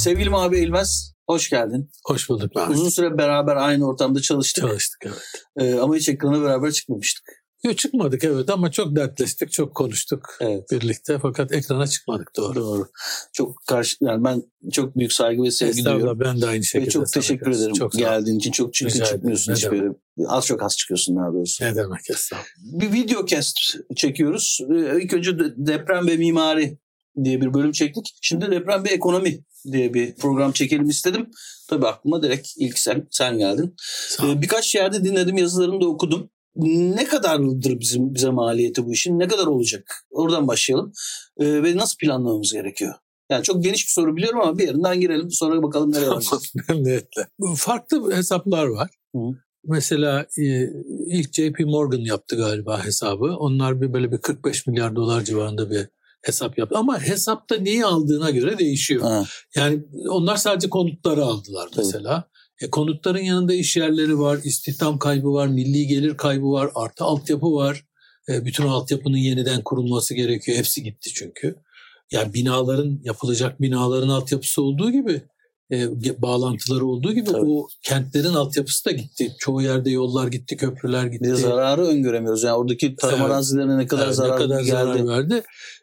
Sevgili Mavi Eğilmez, hoş geldin. Hoş bulduk. Uzun süre beraber aynı ortamda çalıştık. Evet. Ama hiç ekrana beraber çıkmamıştık. Yok, çıkmadık evet, ama çok dertleştik, çok konuştuk birlikte, fakat ekrana çıkmadık. Doğru. Çok yani ben çok büyük saygı ve sevgi duyuyorum. Ben de aynı şekilde. Ve çok teşekkür ederim geldiğin için. Çok çıkmıyorsun hiç böyle. Az çıkıyorsun daha doğrusu. Ne demek, estağfurullah. Bir videocast çekiyoruz. İlk önce deprem ve mimari diye bir bölüm çektik. Şimdi deprem ve ekonomi diye bir program çekelim istedim. Tabii aklıma direkt ilk sen geldin. Birkaç yerde dinledim, yazılarını da okudum. Ne kadardır bize maliyeti bu işin? Ne kadar olacak? Oradan başlayalım. Ve nasıl planlamamız gerekiyor? Yani çok geniş bir soru biliyorum ama bir yerinden girelim. Sonra bakalım nereye varacağız. Memnuniyetle. Farklı hesaplar var. Hı. Mesela ilk JP Morgan yaptı galiba hesabı. Onlar böyle bir 45 milyar dolar civarında bir hesap yaptı. Ama hesapta neyi aldığına göre değişiyor. Ha. Yani onlar sadece konutları aldılar mesela. Konutların yanında iş yerleri var, istihdam kaybı var, milli gelir kaybı var, artı altyapı var. Bütün altyapının yeniden kurulması gerekiyor. Hepsi gitti çünkü. Yani yapılacak binaların altyapısı olduğu gibi, bağlantıları olduğu gibi o kentlerin altyapısı da gitti. Çoğu yerde yollar gitti, köprüler gitti. Bir zararı öngöremiyoruz. Yani oradaki tarım arazilerine ne kadar zarar verdi.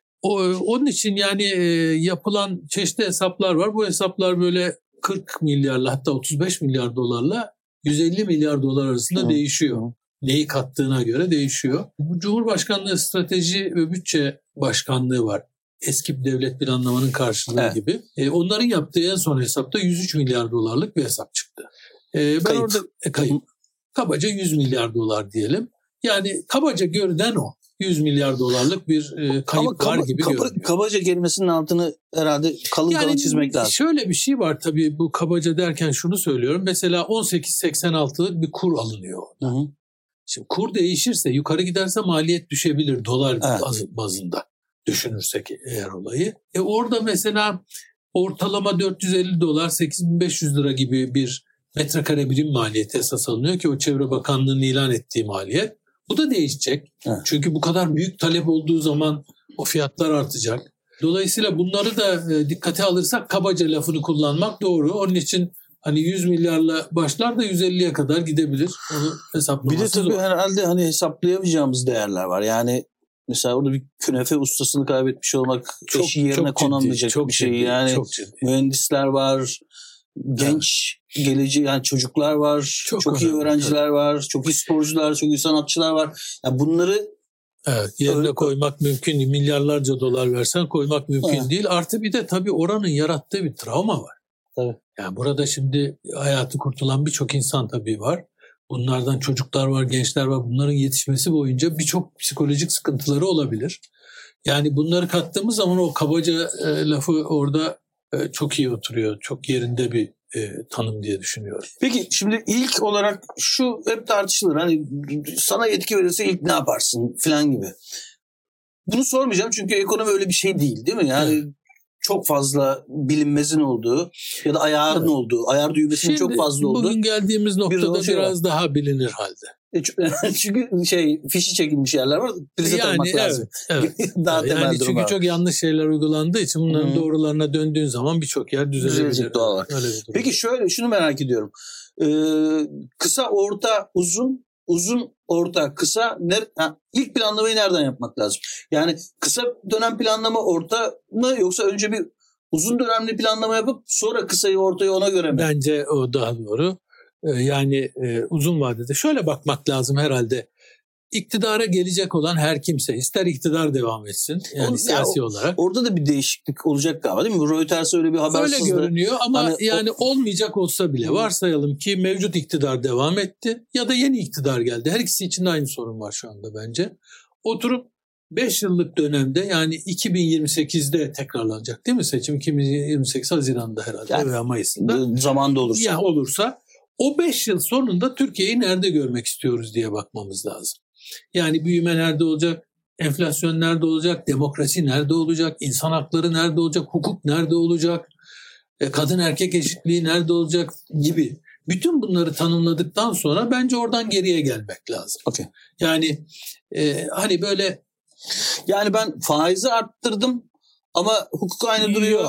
Onun için yani yapılan çeşitli hesaplar var. Bu hesaplar böyle 40 milyarla, hatta 35 milyar dolarla 150 milyar dolar arasında değişiyor. Neyi kattığına göre değişiyor. Bu Cumhurbaşkanlığı Strateji ve Bütçe Başkanlığı var. Eski bir devlet planlamanın karşılığı gibi. Onların yaptığı en son hesapta 103 milyar dolarlık bir hesap çıktı. Kayıp. Orada kayıp. Kabaca 100 milyar dolar diyelim. Yani kabaca görünen o. 100 milyar dolarlık bir kayıp var gibi görünüyor. Kabaca kelimesinin altını herhalde kalın çizmek lazım. Şöyle bir şey var tabii, bu kabaca derken şunu söylüyorum. Mesela 18.86'lık bir kur alınıyor. Hı. Şimdi kur değişirse, yukarı giderse maliyet düşebilir dolar bazında düşünürsek eğer olayı. Orada mesela ortalama 450 dolar 8.500 lira gibi bir metrekare birim maliyeti esas alınıyor ki o Çevre Bakanlığı'nın ilan ettiği maliyet. Bu da değişecek. Evet. Çünkü bu kadar büyük talep olduğu zaman o fiyatlar artacak. Dolayısıyla bunları da dikkate alırsak kabaca lafını kullanmak doğru. Onun için hani 100 milyarla başlar da 150'ye kadar gidebilir. Onu hesaplaması bir de tabii herhalde hesaplayamayacağımız değerler var. Yani mesela orada bir künefe ustasını kaybetmiş olmak eşi yerine konamayacak bir şey. Yani mühendisler var, genç geleceği, yani çocuklar var, çok iyi öğrenciler var, çok iyi sporcular, çok iyi sanatçılar var. Yani bunları yerine koymak mümkün değil. Milyarlarca dolar versen koymak mümkün değil. Artı bir de tabii oranın yarattığı bir travma var. Tabii. Yani burada şimdi hayatı kurtulan birçok insan tabii var. Bunlardan çocuklar var, gençler var. Bunların yetişmesi boyunca birçok psikolojik sıkıntıları olabilir. Yani bunları kattığımız zaman o kabaca lafı orada çok iyi oturuyor. Çok yerinde bir tanım diye düşünüyorum. Peki şimdi ilk olarak şu hep tartışılır. Hani sana yetki verirse ilk ne yaparsın falan gibi. Bunu sormayacağım çünkü ekonomi öyle bir şey değil mi? Yani çok fazla bilinmezin olduğu ya da ayarın olduğu, ayar düğmesinin çok fazla olduğu. Bugün geldiğimiz noktada biraz daha bilinir halde. Çünkü fişi çekilmiş yerler var. Prize takmak lazım. Evet. Daha yani çünkü çok yanlış şeyler uygulandığı için bunların doğrularına döndüğün zaman birçok yer düzelebilir. Doğal olarak. Peki şunu merak ediyorum. Kısa, orta, uzun, orta, kısa. İlk planlamayı nereden yapmak lazım? Yani kısa dönem planlama, orta mı, yoksa önce bir uzun dönemli planlama yapıp sonra kısayı, ortayı ona göre mi? Bence o daha doğru. Yani uzun vadede şöyle bakmak lazım herhalde. İktidara gelecek olan her kimse, ister iktidar devam etsin yani siyasi olarak. Orada da bir değişiklik olacak galiba, değil mi? Reuters öyle bir haber sızdı. Öyle görünüyor ama yani olmayacak olsa bile varsayalım ki mevcut iktidar devam etti ya da yeni iktidar geldi. Her ikisi için de aynı sorun var şu anda bence. Oturup 5 yıllık dönemde, yani 2028'de tekrarlanacak değil mi seçim? 2028 Haziran'da herhalde yani, veya Mayıs'ında. Zamanda olursa. Ya olursa o 5 yıl sonunda Türkiye'yi nerede görmek istiyoruz diye bakmamız lazım. Yani büyüme nerede olacak, enflasyon nerede olacak, demokrasi nerede olacak, insan hakları nerede olacak, hukuk nerede olacak, kadın erkek eşitliği nerede olacak gibi. Bütün bunları tanımladıktan sonra bence oradan geriye gelmek lazım. Okay. Yani hani böyle... Yani ben faizi arttırdım ama hukuk aynı duruyor.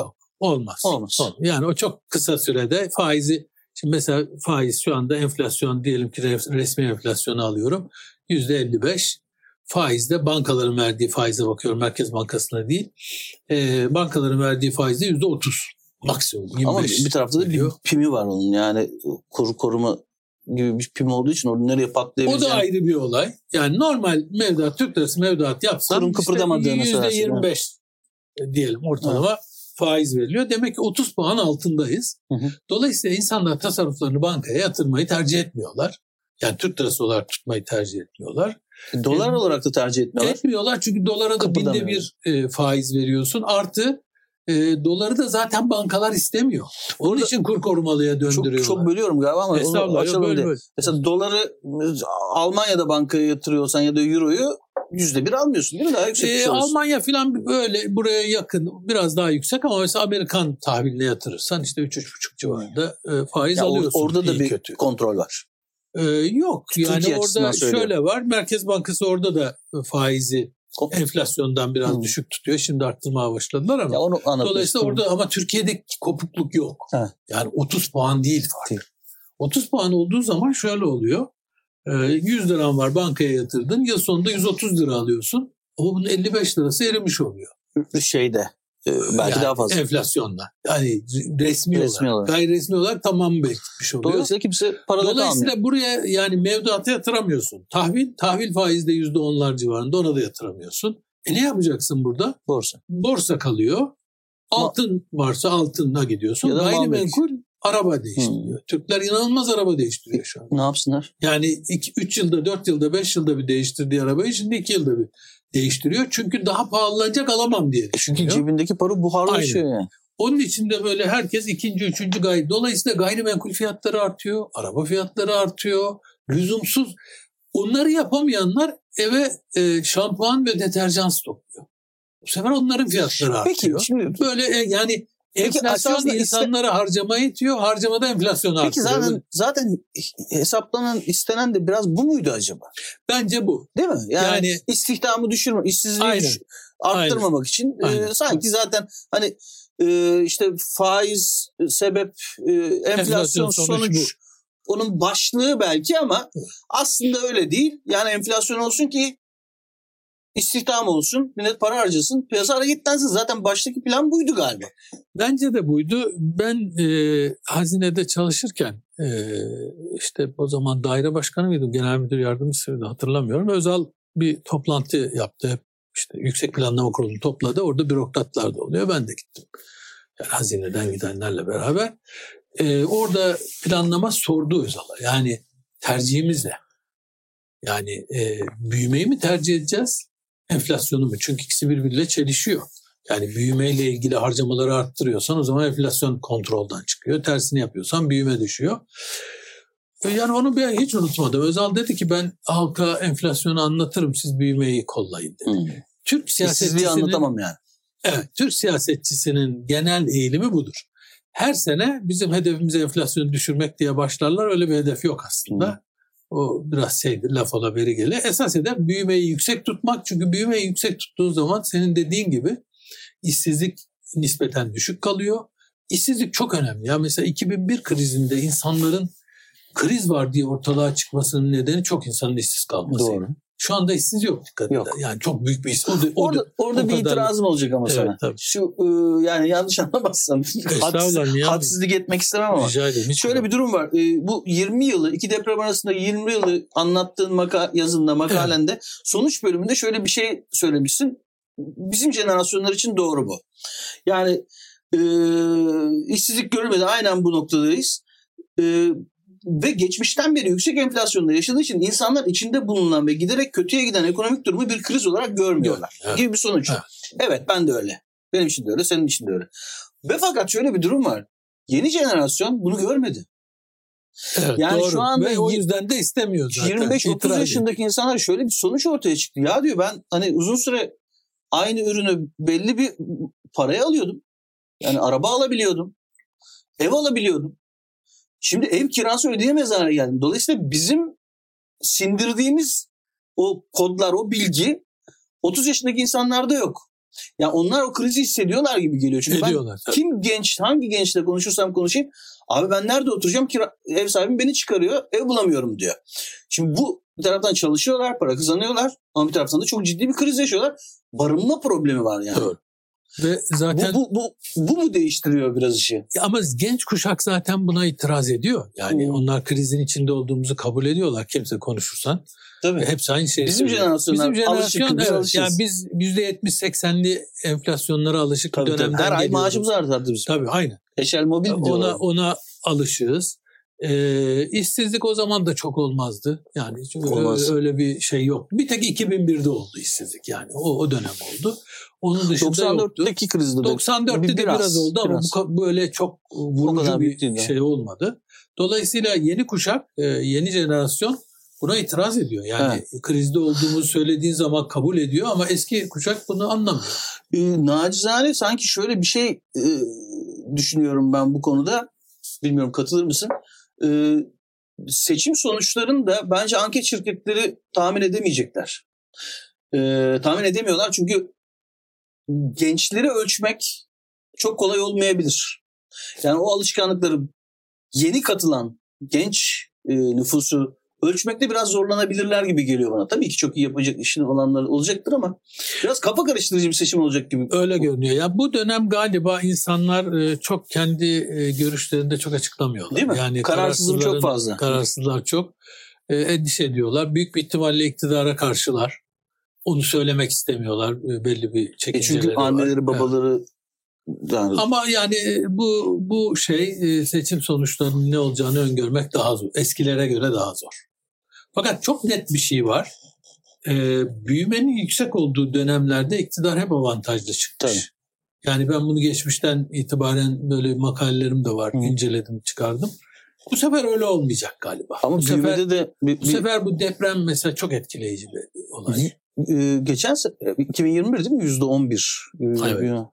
Olmaz. Olmaz. Yani o çok kısa sürede faizi, şimdi mesela faiz şu anda enflasyon, diyelim ki resmi enflasyonu alıyorum, %55. Faizde bankaların verdiği faize bakıyorum, Merkez Bankası'na değil. Bankaların verdiği faizde %30 maksimum. 25 ama bir tarafta da bir pimi var onun, yani kur koruma gibi bir pim olduğu için onu nereye patlayabileceğini. O da ayrı bir olay. Yani normal mevduat, Türk lirası mevduat yapsan kurun kıpırdamadığını %25 diyelim ortalama faiz veriliyor. Demek ki 30 puan altındayız. Dolayısıyla insanlar tasarruflarını bankaya yatırmayı tercih etmiyorlar. Yani Türk lirası olarak tutmayı tercih etmiyorlar. Dolar olarak da tercih etmiyorlar. Etmiyorlar çünkü dolara da binde bir faiz veriyorsun. Artı doları da zaten bankalar istemiyor. Onun için kur korumalıya döndürüyorlar. Çok bölüyorum galiba ama onu açalım diye. Mesela doları Almanya'da bankaya yatırıyorsan ya da euroyu %1 almıyorsun değil mi? Daha yüksek bir şey Almanya falan böyle buraya yakın, biraz daha yüksek, ama mesela Amerikan tahviline yatırırsan işte 3-3,5 civarında faiz alıyorsun. Orada da bir kontrol var. Yok. Türkiye yani orada şöyle var. Merkez Bankası orada da faizi enflasyondan biraz düşük tutuyor. Şimdi arttırmaya başladılar ama. Dolayısıyla orada ama Türkiye'de kopukluk yok. Yani 30 puan değil fark. 30 puan olduğu zaman şöyle oluyor. 100 liran var, bankaya yatırdın. Yıl sonunda 130 lira alıyorsun. Ama bunun 55 lirası erimiş oluyor. Belki daha fazla. Enflasyonla. Yani resmi olarak. Gayri resmi olarak tamamı bekletmiş oluyor. Dolayısıyla kimse parada kalmıyor. Dolayısıyla buraya yani mevduata yatıramıyorsun. Tahvil faizde %10'lar civarında, ona da yatıramıyorsun. Ne yapacaksın burada? Borsa kalıyor. Altın varsa altına gidiyorsun. Ya da gayrimenkul araba değiştiriyor. Türkler inanılmaz araba değiştiriyor şu an. Ne yapsınlar? Yani 3 yılda, 4 yılda, 5 yılda bir değiştirdiği arabayı şimdi 2 yılda bir değiştiriyor. Çünkü daha pahalanacak, alamam diye düşünüyor. Çünkü cebindeki para buharlaşıyor yani. Onun için de böyle herkes ikinci, üçüncü dolayısıyla gayrimenkul fiyatları artıyor, araba fiyatları artıyor, lüzumsuz. Onları yapamayanlar eve şampuan ve deterjan stokluyor. Bu sefer onların fiyatları artıyor. Peki şimdi böyle yani enflasyon insanları harcamaya itiyor, harcamada enflasyon artıyor. Peki zaten hesaplanan, istenen de biraz bu muydu acaba? Bence bu. Değil mi? Yani istihdamı düşürmek, işsizliği arttırmamak için sanki zaten hani işte faiz sebep, enflasyon sonuç. Onun başlığı belki ama aslında öyle değil. Yani enflasyon olsun ki İstihdam olsun, millet para harcasın, piyasa hareketlensin. Zaten baştaki plan buydu galiba. Bence de buydu. Ben hazinede çalışırken işte o zaman daire başkanı mıydım, genel müdür yardımcısıydı, hatırlamıyorum. Özal bir toplantı yaptı. İşte Yüksek Planlama Kurulu topladı. Orada bürokratlar da oluyor. Ben de gittim. Yani hazineden gidenlerle beraber. Orada planlama sordu Özal'a. Yani tercihimiz ne? Yani büyümeyi mi tercih edeceğiz? Enflasyonu mu? Çünkü ikisi birbiriyle çelişiyor. Yani büyümeyle ilgili harcamaları arttırıyorsan o zaman enflasyon kontrolden çıkıyor. Tersini yapıyorsan büyüme düşüyor. Yani onu ben hiç unutmadım. Özal dedi ki ben halka enflasyonu anlatırım, siz büyümeyi kollayın dedi. Türk siyasetçisinin anlatamam yani. Evet, Türk siyasetçisinin genel eğilimi budur. Her sene bizim hedefimiz enflasyonu düşürmek diye başlarlar. Öyle bir hedef yok aslında. O biraz şeydir, laf ola beri gelir. Esas hedef büyümeyi yüksek tutmak. Çünkü büyümeyi yüksek tuttuğun zaman senin dediğin gibi işsizlik nispeten düşük kalıyor. İşsizlik çok önemli. Ya mesela 2001 krizinde insanların kriz var diye ortalığa çıkmasının nedeni çok insanın işsiz kalması. Doğru. Şu anda işsiz yok, dikkat edin. Yani çok büyük bir işsiz. Orada bir itirazım olacak ama sana. Tabii. Şu yani yanlış anlamazsan hadsizlik etmek istemem ama. Şöyle bir durum var. Bu 20 yılı, iki deprem arasında 20 yılı anlattığın yazında, makalende sonuç bölümünde şöyle bir şey söylemişsin. Bizim jenerasyonlar için doğru bu. Yani işsizlik görülmedi. Aynen bu noktadayız. Ve geçmişten beri yüksek enflasyonda yaşadığı için insanlar içinde bulunan ve giderek kötüye giden ekonomik durumu bir kriz olarak görmüyorlar. Gibi bir sonuç. Evet, ben de öyle. Benim için de öyle, senin için de öyle. Ve fakat şöyle bir durum var. Yeni jenerasyon bunu görmedi. Evet, yani doğru. Şu anda ve o yüzden de istemiyor zaten. 25-30 yaşındaki insanlar şöyle bir sonuç ortaya çıktı. Ya diyor, ben hani uzun süre aynı ürünü belli bir paraya alıyordum. Yani araba alabiliyordum. Ev alabiliyordum. Şimdi ev kirası ödeyemez hale geldim. Dolayısıyla bizim sindirdiğimiz o kodlar, o bilgi 30 yaşındaki insanlarda yok. Yani onlar o krizi hissediyorlar gibi geliyor. Çünkü ediyorlar, ben hangi gençle konuşursam konuşayım, abi ben nerede oturacağım ki, ev sahibim beni çıkarıyor, ev bulamıyorum diyor. Şimdi bu bir taraftan çalışıyorlar, para kazanıyorlar ama bir taraftan da çok ciddi bir kriz yaşıyorlar. Barınma problemi var yani. Doğru. Ve zaten bu mu değiştiriyor biraz işi? Ama genç kuşak zaten buna itiraz ediyor. Yani onlar krizin içinde olduğumuzu kabul ediyorlar. Kimse konuşursan. Tabii. Hepsi aynı şeyi Bizim söylüyor. jenerasyon evet. alışırız. Yani biz %70-80'li enflasyonlara alışık bir dönemden Her ay geliyoruz. maaşımız artardı bizim. Tabii aynı. Eşel mobil diyorlar. Ona alışığız. İşsizlik o zaman da çok olmazdı. Yani öyle bir şey yok. Bir tek 2001'de oldu işsizlik yani. O dönem oldu. Onun dışında 94'teki krizde 94'te de biraz oldu ama bu böyle çok vurucu bir şey olmadı. Dolayısıyla yeni kuşak, yeni jenerasyon buna itiraz ediyor. Yani krizde olduğumuzu söylediğin zaman kabul ediyor ama eski kuşak bunu anlamıyor. Nacizane sanki şöyle bir şey düşünüyorum ben bu konuda. Bilmiyorum, katılır mısın? Seçim sonuçlarını da bence anket şirketleri tahmin edemeyecekler. Tahmin edemiyorlar çünkü gençleri ölçmek çok kolay olmayabilir. Yani o alışkanlıkları yeni katılan genç nüfusu ölçmekte biraz zorlanabilirler gibi geliyor bana. Tabii ki çok iyi yapacak işin olanlar olacaktır ama biraz kafa karıştırıcı bir seçim olacak gibi. Öyle görünüyor. Ya bu dönem galiba insanlar çok kendi görüşlerinde çok açıklamıyorlar. Değil mi? Yani Kararsızlık çok fazla. Kararsızlar çok endişe ediyorlar. Büyük bir ihtimalle iktidara karşılar. Onu söylemek istemiyorlar. Belli bir çekinceleri çünkü anneleri, var. babaları yani. Ama yani bu seçim sonuçlarının ne olacağını öngörmek daha zor. Eskilere göre daha zor. Fakat çok net bir şey var. Büyümenin yüksek olduğu dönemlerde iktidar hep avantajlı çıkmış. Tabii. Yani ben bunu geçmişten itibaren böyle makalelerim de var. İnceledim, çıkardım. Bu sefer öyle olmayacak galiba. Ama bu sefer bu deprem mesela çok etkileyici bir olay. Geçen 2021 değil mi? %11. Evet.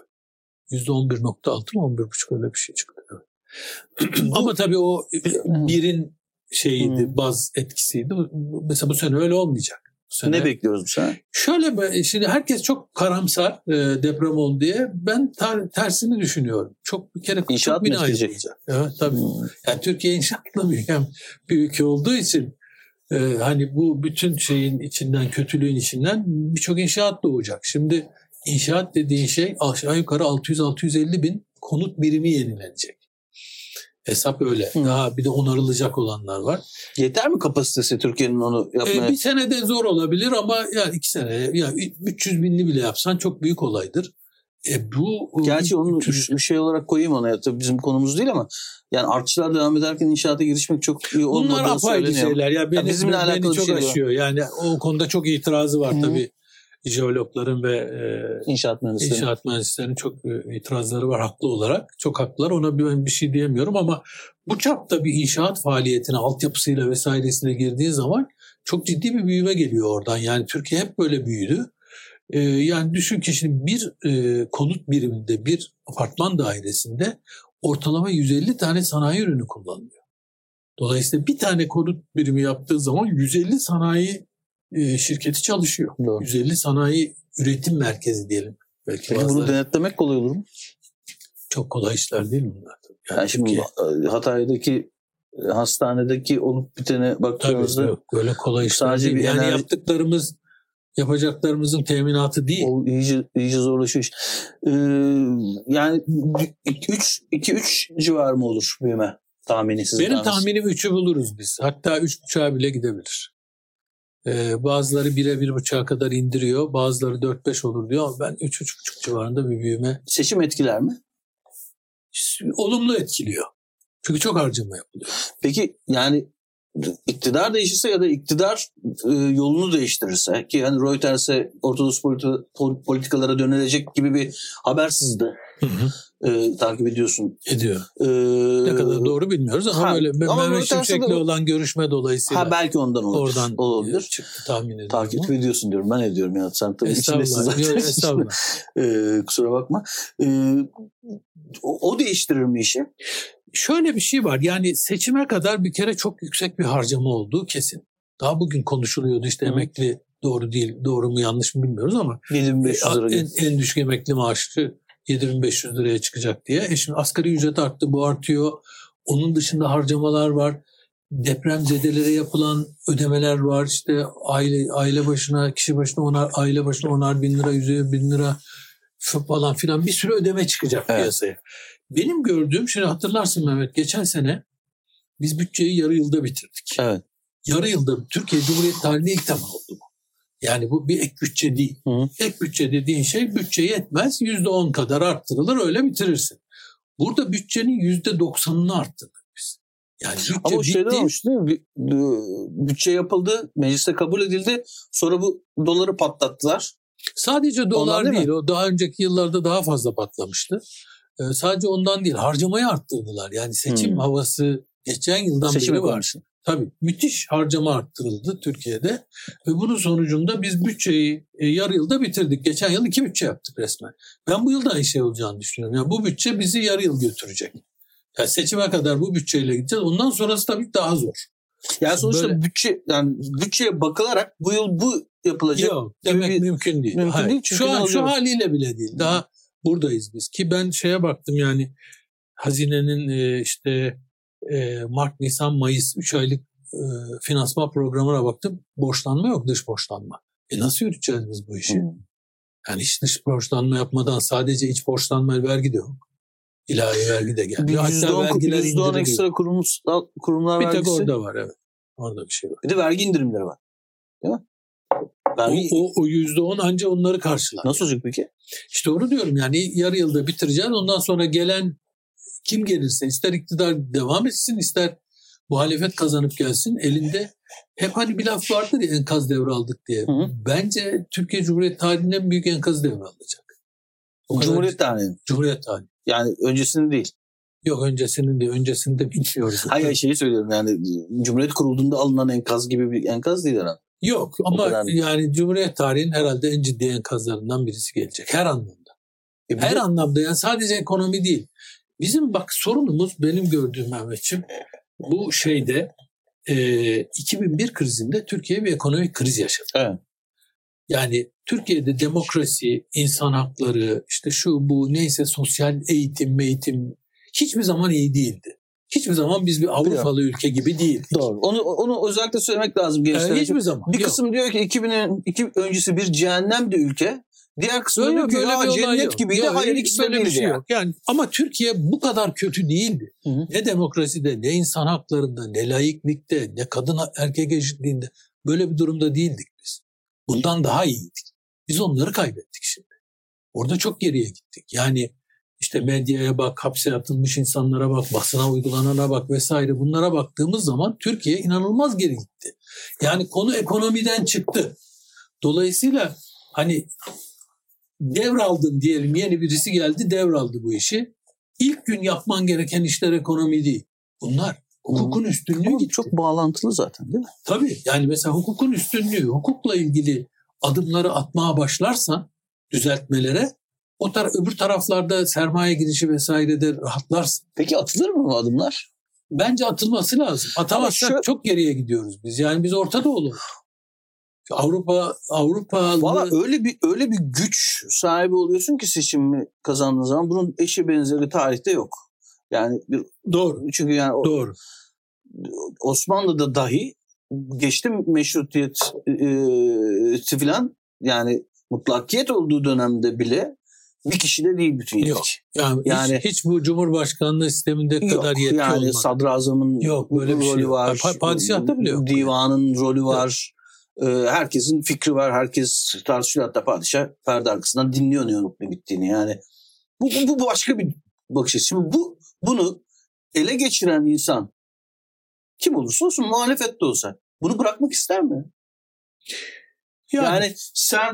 %11.6 mı 11.5 öyle bir şey çıktı. Ama tabii o birin şeyiydi, baz etkisiydi. Mesela bu sene öyle olmayacak. Ne bekliyoruz bu sene? Şöyle, şimdi herkes çok karamsar deprem oldu diye. Ben tersini düşünüyorum. Bir kere İnşaat bina yapılacak. Evet tabii. Yani Türkiye inşaatla büyüyen bir ülke olduğu için hani bu bütün şeyin içinden, kötülüğün içinden birçok inşaat doğacak. Şimdi inşaat dediğin şey aşağı yukarı 600-650 bin konut birimi yenilenecek. Hesap öyle. Daha bir de onarılacak olanlar var. Yeter mi kapasitesi Türkiye'nin onu yapmaya? Bir senede zor olabilir ama yani 2 sene, yani 300 binli bile yapsan çok büyük olaydır. Gerçi onu bir şey olarak koyayım ona. Tabii bizim konumuz değil ama yani artçılar devam ederken inşaata girişmek çok iyi olmadığı söyleniyor. Bunlar apayrı şeyler. Ya beni çok şey aşıyor. Yani o konuda çok itirazı var tabii. Jeologların ve inşaat mühendislerinin çok itirazları var haklı olarak. Çok haklılar. Ona bir şey diyemiyorum ama bu çapta bir inşaat faaliyetine altyapısıyla vesairesiyle girdiği zaman çok ciddi bir büyüme geliyor oradan. Yani Türkiye hep böyle büyüdü. Yani düşün ki şimdi bir konut biriminde, bir apartman dairesinde ortalama 150 tane sanayi ürünü kullanılıyor. Dolayısıyla bir tane konut birimi yaptığı zaman 150 sanayi şirketi çalışıyor. Doğru. 150 sanayi üretim merkezi diyelim. Peki bunu denetlemek kolay olur mu? Çok kolay işler değil bunlar. Yani şimdi Hatay'daki hastanedeki olup bitene baktığınızda yok, böyle kolay işler değil. Yani yapacaklarımızın teminatı değil. O iyice zorlaşıyor. Yani 2-3 civarı mı olur büyüme tahmini sizin? Benim tahminim 3'ü buluruz biz. Hatta 3,5'a bile gidebilir. Bazıları 1'e 1,5'a kadar indiriyor. Bazıları 4-5 olur diyor ama ben 3,5 civarında bir büyüme. Seçim etkiler mi? Olumlu etkiliyor. Çünkü çok harcama yapılıyor. Peki yani iktidar değişirse ya da iktidar yolunu değiştirirse ki hani Reuters'e ortodoks politikalara dönülecek gibi bir haber sızdı. Takip ediyorsun. Ediyor. Ne kadar doğru bilmiyoruz ama böyle Mehmet Şimşek'le olan görüşme dolayısıyla. Belki ondan olabilir. Oradan çıktı tahmin ediyorum. Takip ediyorsun diyorum. Ben ediyorum ya. Sen tabii içindesin zaten. Estağfurullah. Kusura bakma. O değiştirir mi işi? Şöyle bir şey var. Yani seçime kadar bir kere çok yüksek bir harcama olduğu kesin. Daha bugün konuşuluyordu işte emekli doğru değil, doğru mu yanlış mı bilmiyoruz ama 7.500 lira. En düşük emekli maaşı 7.500 liraya çıkacak diye. Şimdi asgari ücret arttı, bu artıyor. Onun dışında harcamalar var. Depremzedelere yapılan ödemeler var. İşte aile başına, kişi başına aile başına 10'ar bin lira, 100'er bin lira falan filan bir sürü ödeme çıkacak piyasaya. Benim gördüğüm, şimdi hatırlarsın Mehmet, geçen sene biz bütçeyi yarı yılda bitirdik. Evet. Yarı yılda Türkiye Cumhuriyeti tarihinde ilk defa oldu bu. Yani bu bir ek bütçe değil. Hı. Ek bütçe dediğin şey bütçe yetmez, %10 kadar arttırılır, öyle bitirirsin. Burada bütçenin %90'ını arttırdık biz. Yani ama o şeyden olmuş değil mi? Bütçe yapıldı, mecliste kabul edildi. Sonra bu doları patlattılar. Sadece dolar değil, o daha önceki yıllarda daha fazla patlamıştı. Sadece ondan değil, harcamayı arttırdılar. Yani seçim havası geçen yıldan beri var. Tabii müthiş harcama arttırıldı Türkiye'de ve bunun sonucunda biz bütçeyi yarı yılda bitirdik. Geçen yıl 2 bütçe yaptık resmen. Ben bu yılda aynı şey olacağını düşünüyorum. Yani bu bütçe bizi yarı yıl götürecek. Yani seçime kadar bu bütçeyle gideceğiz. Ondan sonrası tabii daha zor. Yani sonuçta bütçeye bakılarak bu yıl bu yapılacak. Yok, demek mümkün değil. Mümkün değil. Şu haliyle bile değil. Daha buradayız biz. Ki ben şeye baktım, yani hazinenin işte Mart, Nisan, Mayıs 3 aylık finansman programına baktım. Borçlanma yok, dış borçlanma. Nasıl yürüteceğiz biz bu işi? Yani hiç dış borçlanma yapmadan sadece iç borçlanma, vergi de yok. İlahi vergi de gelmiyor. Hatta vergiler %10 ekstra kurumlar bir vergisi. tek orada var, evet. Orada bir şey var. Bir de vergi indirimleri var. Değil mi? O %10 anca onları karşılar. Nasıl olacak peki? İşte onu diyorum, yani yarı yılda bitireceğiz. Ondan sonra gelen kim gelirse, ister iktidar devam etsin, ister muhalefet kazanıp gelsin, elinde hep hani bir laf vardır ya, enkaz devraldık diye. Hı. Bence Türkiye Cumhuriyeti tarihinin en büyük enkazı devralacak. Cumhuriyet tarihi. Cumhuriyet tarihi. Yani öncesinin değil. Yok, öncesinin değil. Öncesinde bilmiyoruz. Hayır, şeyi söylüyorum, yani Cumhuriyet kurulduğunda alınan enkaz gibi bir enkaz değil herhalde. Yok ama yani Cumhuriyet tarihinin herhalde en ciddi enkazlarından birisi gelecek. Her anlamda. Her anlamda, yani sadece ekonomi değil. Bizim bak sorunumuz, benim gördüğüm Mehmetciğim, bu şeyde 2001 krizinde Türkiye bir ekonomik kriz yaşadı. Evet. Yani Türkiye'de demokrasi, insan hakları, işte şu bu neyse, sosyal eğitim hiçbir zaman iyi değildi. Hiçbir zaman biz bir Avrupalı ülke gibi değildik. Doğru. Onu özellikle söylemek lazım gençlere. Hiçbir zaman. Bir kısım diyor ki 2002 öncesi bir cehennemdi ülke. Diğer kısmı diyor ki cennet gibiydi. Hayır, ikisi de değildi. Yok. Yani ama Türkiye bu kadar kötü değildi. Hı-hı. Ne demokraside, ne insan haklarında, ne laiklikte, ne kadın erkek eşitliğinde böyle bir durumda değildik biz. Bundan daha iyiydik. Biz onları kaybettik şimdi. Orada çok geriye gittik. Yani işte medyaya bak, hapse atılmış insanlara bak, basına uygulanana bak vesaire, bunlara baktığımız zaman Türkiye inanılmaz geri gitti. Yani konu ekonomiden çıktı. Dolayısıyla hani devraldın diyelim, yeni birisi geldi devraldı bu işi. İlk gün yapman gereken işler ekonomi değil. Bunlar hukukun üstünlüğü gitti. Çok bağlantılı zaten, değil mi? Tabii, yani mesela hukukun üstünlüğü, hukukla ilgili adımları atmaya başlarsan düzeltmelere, öbür taraflarda sermaye girişi vesairede rahatlarsın. Peki atılır mı bu adımlar? Bence atılması lazım. Atamazsak çok geriye gidiyoruz biz. Yani biz Orta Doğulu. Avrupa Valla öyle bir güç sahibi oluyorsun ki seçimi kazandığın zaman bunun eşi benzeri tarihte yok. Yani doğru. Çünkü yani doğru. Osmanlı'da dahi geçtim meşrutiyet falan, yani mutlakiyet olduğu dönemde bile bir kişi de değil bütün yetki. Yok. Yani hiç bu Cumhurbaşkanlığı sisteminde kadar yetki yani olmadı. Sadrazamın böyle bir rolü şey var. Padişah'ta bile yok. Divanın rolü var. Herkesin fikri var. Herkes tartışıyor. Hatta padişah perde arkasından dinliyor ne olup ne bittiğini. Yani bu başka bir bakış açısı. Şimdi bunu ele geçiren insan kim olursa olsun, muhalefet de olsa, bunu bırakmak ister mi? Yani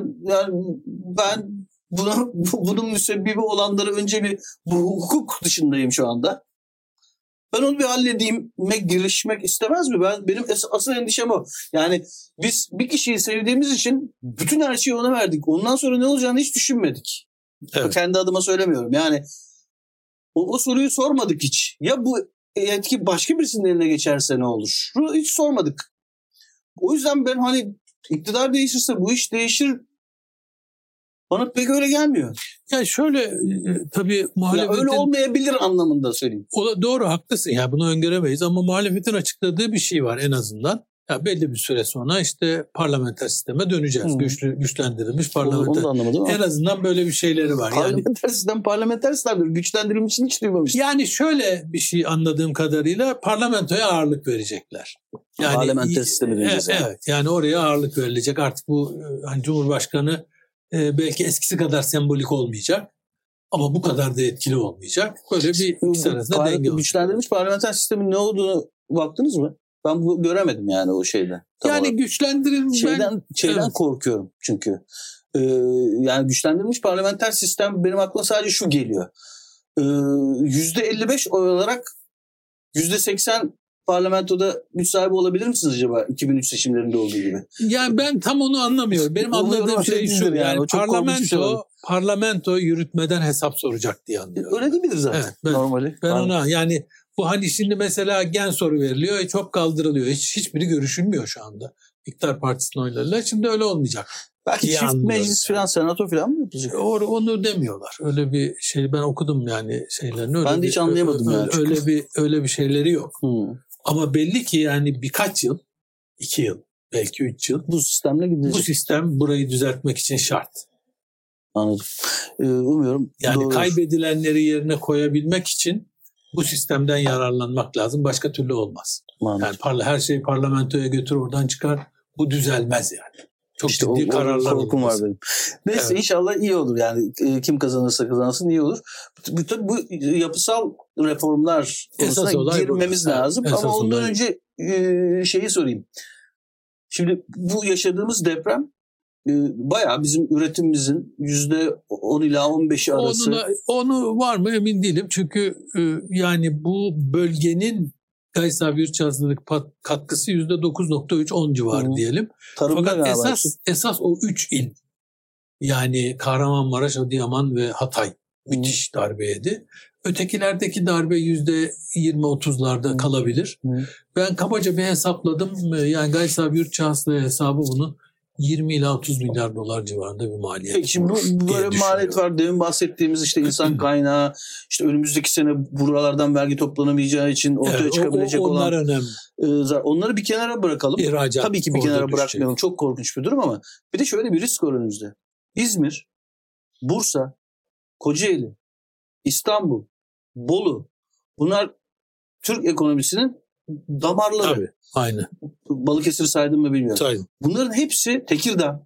ben bunun müsebbibi olanları önce bu hukuk dışındayım şu anda. Ben onu bir halledeyim, girişmek istemez mi? Benim asıl endişem o. Yani biz bir kişiyi sevdiğimiz için bütün her şeyi ona verdik. Ondan sonra ne olacağını hiç düşünmedik. Evet. Kendi adıma söylemiyorum. Yani o soruyu sormadık hiç. Ya bu yetki başka birisinin eline geçerse ne olur? Hiç sormadık. O yüzden ben iktidar değişirse bu iş değişir. Bana pek öyle gelmiyor. Yani şöyle tabii muhalefetin... Ya öyle olmayabilir anlamında söyleyeyim. Doğru, haklısın. Ya bunu öngöremeyiz ama muhalefetin açıkladığı bir şey var en azından. Ya belli bir süre sonra işte parlamenter sisteme döneceğiz. Güçlendirilmiş parlamenter. Onu da anlamadım ama. En azından böyle bir şeyleri var. Parlamenter sistemdir. Güçlendirilmiş için hiç duymamıştım. Yani şöyle bir şey anladığım kadarıyla parlamentoya ağırlık verecekler. Yani, parlamenter sisteme döneceğiz. Evet, yani oraya ağırlık verilecek. Artık bu hani Cumhurbaşkanı belki eskisi kadar sembolik olmayacak. Ama bu kadar da etkili olmayacak. Böyle bir ikisi arasında denge olacak. Güçlendirilmiş parlamenter sistemin ne olduğunu baktınız mı? Ben bu göremedim yani o şeyde. Yani güçlendirilmiş... Şeyden evet. Korkuyorum çünkü. Yani güçlendirilmiş parlamenter sistem benim aklıma sadece şu geliyor. %55 oy olarak %80 parlamentoda güç sahibi olabilir misiniz acaba 2003 seçimlerinde olduğu gibi? Yani ben tam onu anlamıyorum. Benim anladığım şey şu. Yani parlamento yürütmeden hesap soracak diye anlıyorum. Öyle değil midir zaten? Evet, normali. Ben ona yani bu hani şimdi mesela gen soru veriliyor, çok kaldırılıyor. Hiçbiri görüşülmüyor şu anda. İktidar Partisi'nin oylarıyla. Şimdi öyle olmayacak. Belki çift meclis falan, senato falan mı yapılacak? Onu demiyorlar. Öyle bir şey ben okudum yani şeylerini. Ben de hiç anlayamadım yani. Öyle bir şeyleri yok. Ama belli ki yani birkaç yıl, 2 yıl, belki 3 yıl bu sistemle gidecek. Bu sistem burayı düzeltmek için şart. Anladım. Umuyorum. Yani doğru. Kaybedilenleri yerine koyabilmek için bu sistemden yararlanmak lazım. Başka türlü olmaz. Anladım. Yani her şeyi parlamentoya götür, oradan çıkar. Bu düzelmez yani. Çok işte ciddi kararlar korkum var benim. Neyse evet. İnşallah iyi olur yani kim kazanırsa kazansın iyi olur. Bu yapısal reformlar konusuna girmemiz lazım. Evet, ama ondan önce şeyi sorayım. Şimdi bu yaşadığımız deprem bayağı bizim üretimimizin %10 ila 15'i arası. Onu var mı emin değilim. Çünkü yani bu bölgenin gayri safi yurt içi katkısı %9.3-10 civarı diyelim. Fakat esas o 3 il yani Kahramanmaraş, Adıyaman ve Hatay müthiş darbe yedi. Ötekilerdeki darbe %20-30'larda kalabilir. Ben kabaca bir hesapladım. Yani gayri safi yurt içi hesabı bunu 20 ila 30 milyar dolar civarında bir maliyet. Peki şimdi bu böyle bir maliyet var. Demin bahsettiğimiz işte insan kaynağı, işte önümüzdeki sene buralardan vergi toplanamayacağı için ortaya çıkabilecek onlar olan. Önemli. Onları bir kenara bırakalım. İhracat tabii ki bir kenara bırakmayalım. Çok korkunç bir durum ama bir de şöyle bir risk var önümüzde. İzmir, Bursa, Kocaeli, İstanbul, Bolu, bunlar Türk ekonomisinin damarları. Tabii, aynen. Balıkesir'i saydım mı bilmiyorum. Saydım. Bunların hepsi Tekirdağ.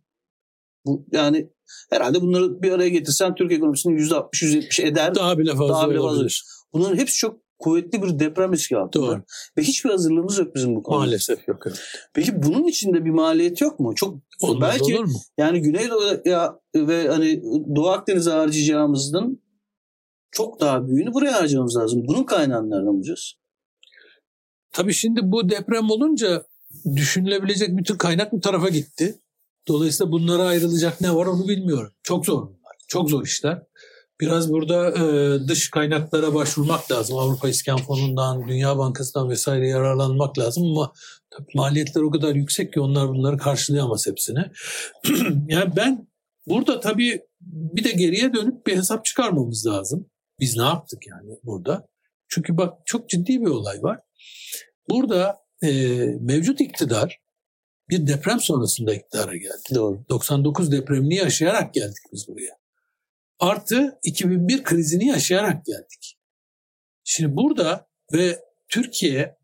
Yani herhalde bunları bir araya getirsen Türk ekonomisinin %60-%70 eder. Daha bile fazla. Bunların hepsi çok kuvvetli bir deprem riski altında. Doğru. Ve hiçbir hazırlığımız yok bizim bu konuda. Maalesef yok. Evet. Peki bunun içinde bir maliyet yok mu? Çok belki olur mu? Yani Güneydoğu'ya ve hani Doğu Akdeniz'e harcayacağımızın çok daha büyüğünü buraya harcamamız lazım. Bunun kaynağını nereden bulacağız? Tabii şimdi bu deprem olunca düşünülebilecek bütün kaynak bu tarafa gitti. Dolayısıyla bunlara ayrılacak ne var onu bilmiyorum. Çok zor bunlar. Çok zor işler. Biraz burada dış kaynaklara başvurmak lazım. Avrupa İskan Fonu'ndan, Dünya Bankası'ndan vesaire yararlanmak lazım ama tabii maliyetler o kadar yüksek ki onlar bunları karşılayamaz hepsini. Yani ben burada tabii bir de geriye dönüp bir hesap çıkarmamız lazım. Biz ne yaptık yani burada? Çünkü bak çok ciddi bir olay var. Burada mevcut iktidar bir deprem sonrasında iktidara geldi. Doğru. 99 depremini yaşayarak geldik biz buraya. Artı 2001 krizini yaşayarak geldik. Şimdi burada ve Türkiye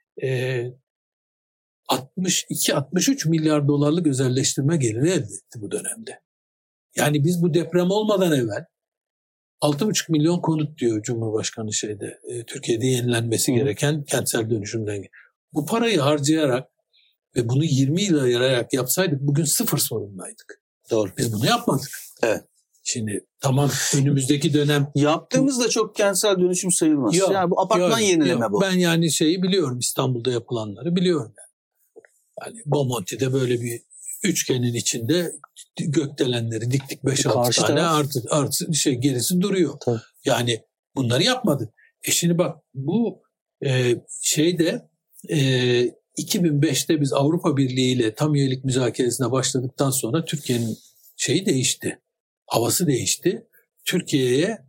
62-63 milyar dolarlık özelleştirme geliri elde etti bu dönemde. Yani biz bu deprem olmadan evvel 6,5 milyon konut diyor Cumhurbaşkanı Türkiye'de yenilenmesi gereken kentsel dönüşümden. Bu parayı harcayarak ve bunu 20 yıla yarayarak yapsaydık bugün sıfır sorundaydık. Doğru. Biz bunu yapmadık. Evet. Şimdi tamam önümüzdeki dönem... Yaptığımız da çok kentsel dönüşüm sayılmaz. Yok, yani bu apartman yenileme bu. Ben yani biliyorum, İstanbul'da yapılanları biliyorum. Yani Bomonti'de böyle bir üçgenin içinde gökdelenleri diktik 5-6 tane artı gerisi duruyor. Tabii. Yani bunları yapmadık. Şimdi bak bu 2005'te biz Avrupa Birliği ile tam üyelik müzakeresine başladıktan sonra Türkiye'nin şeyi değişti. Havası değişti. Türkiye'ye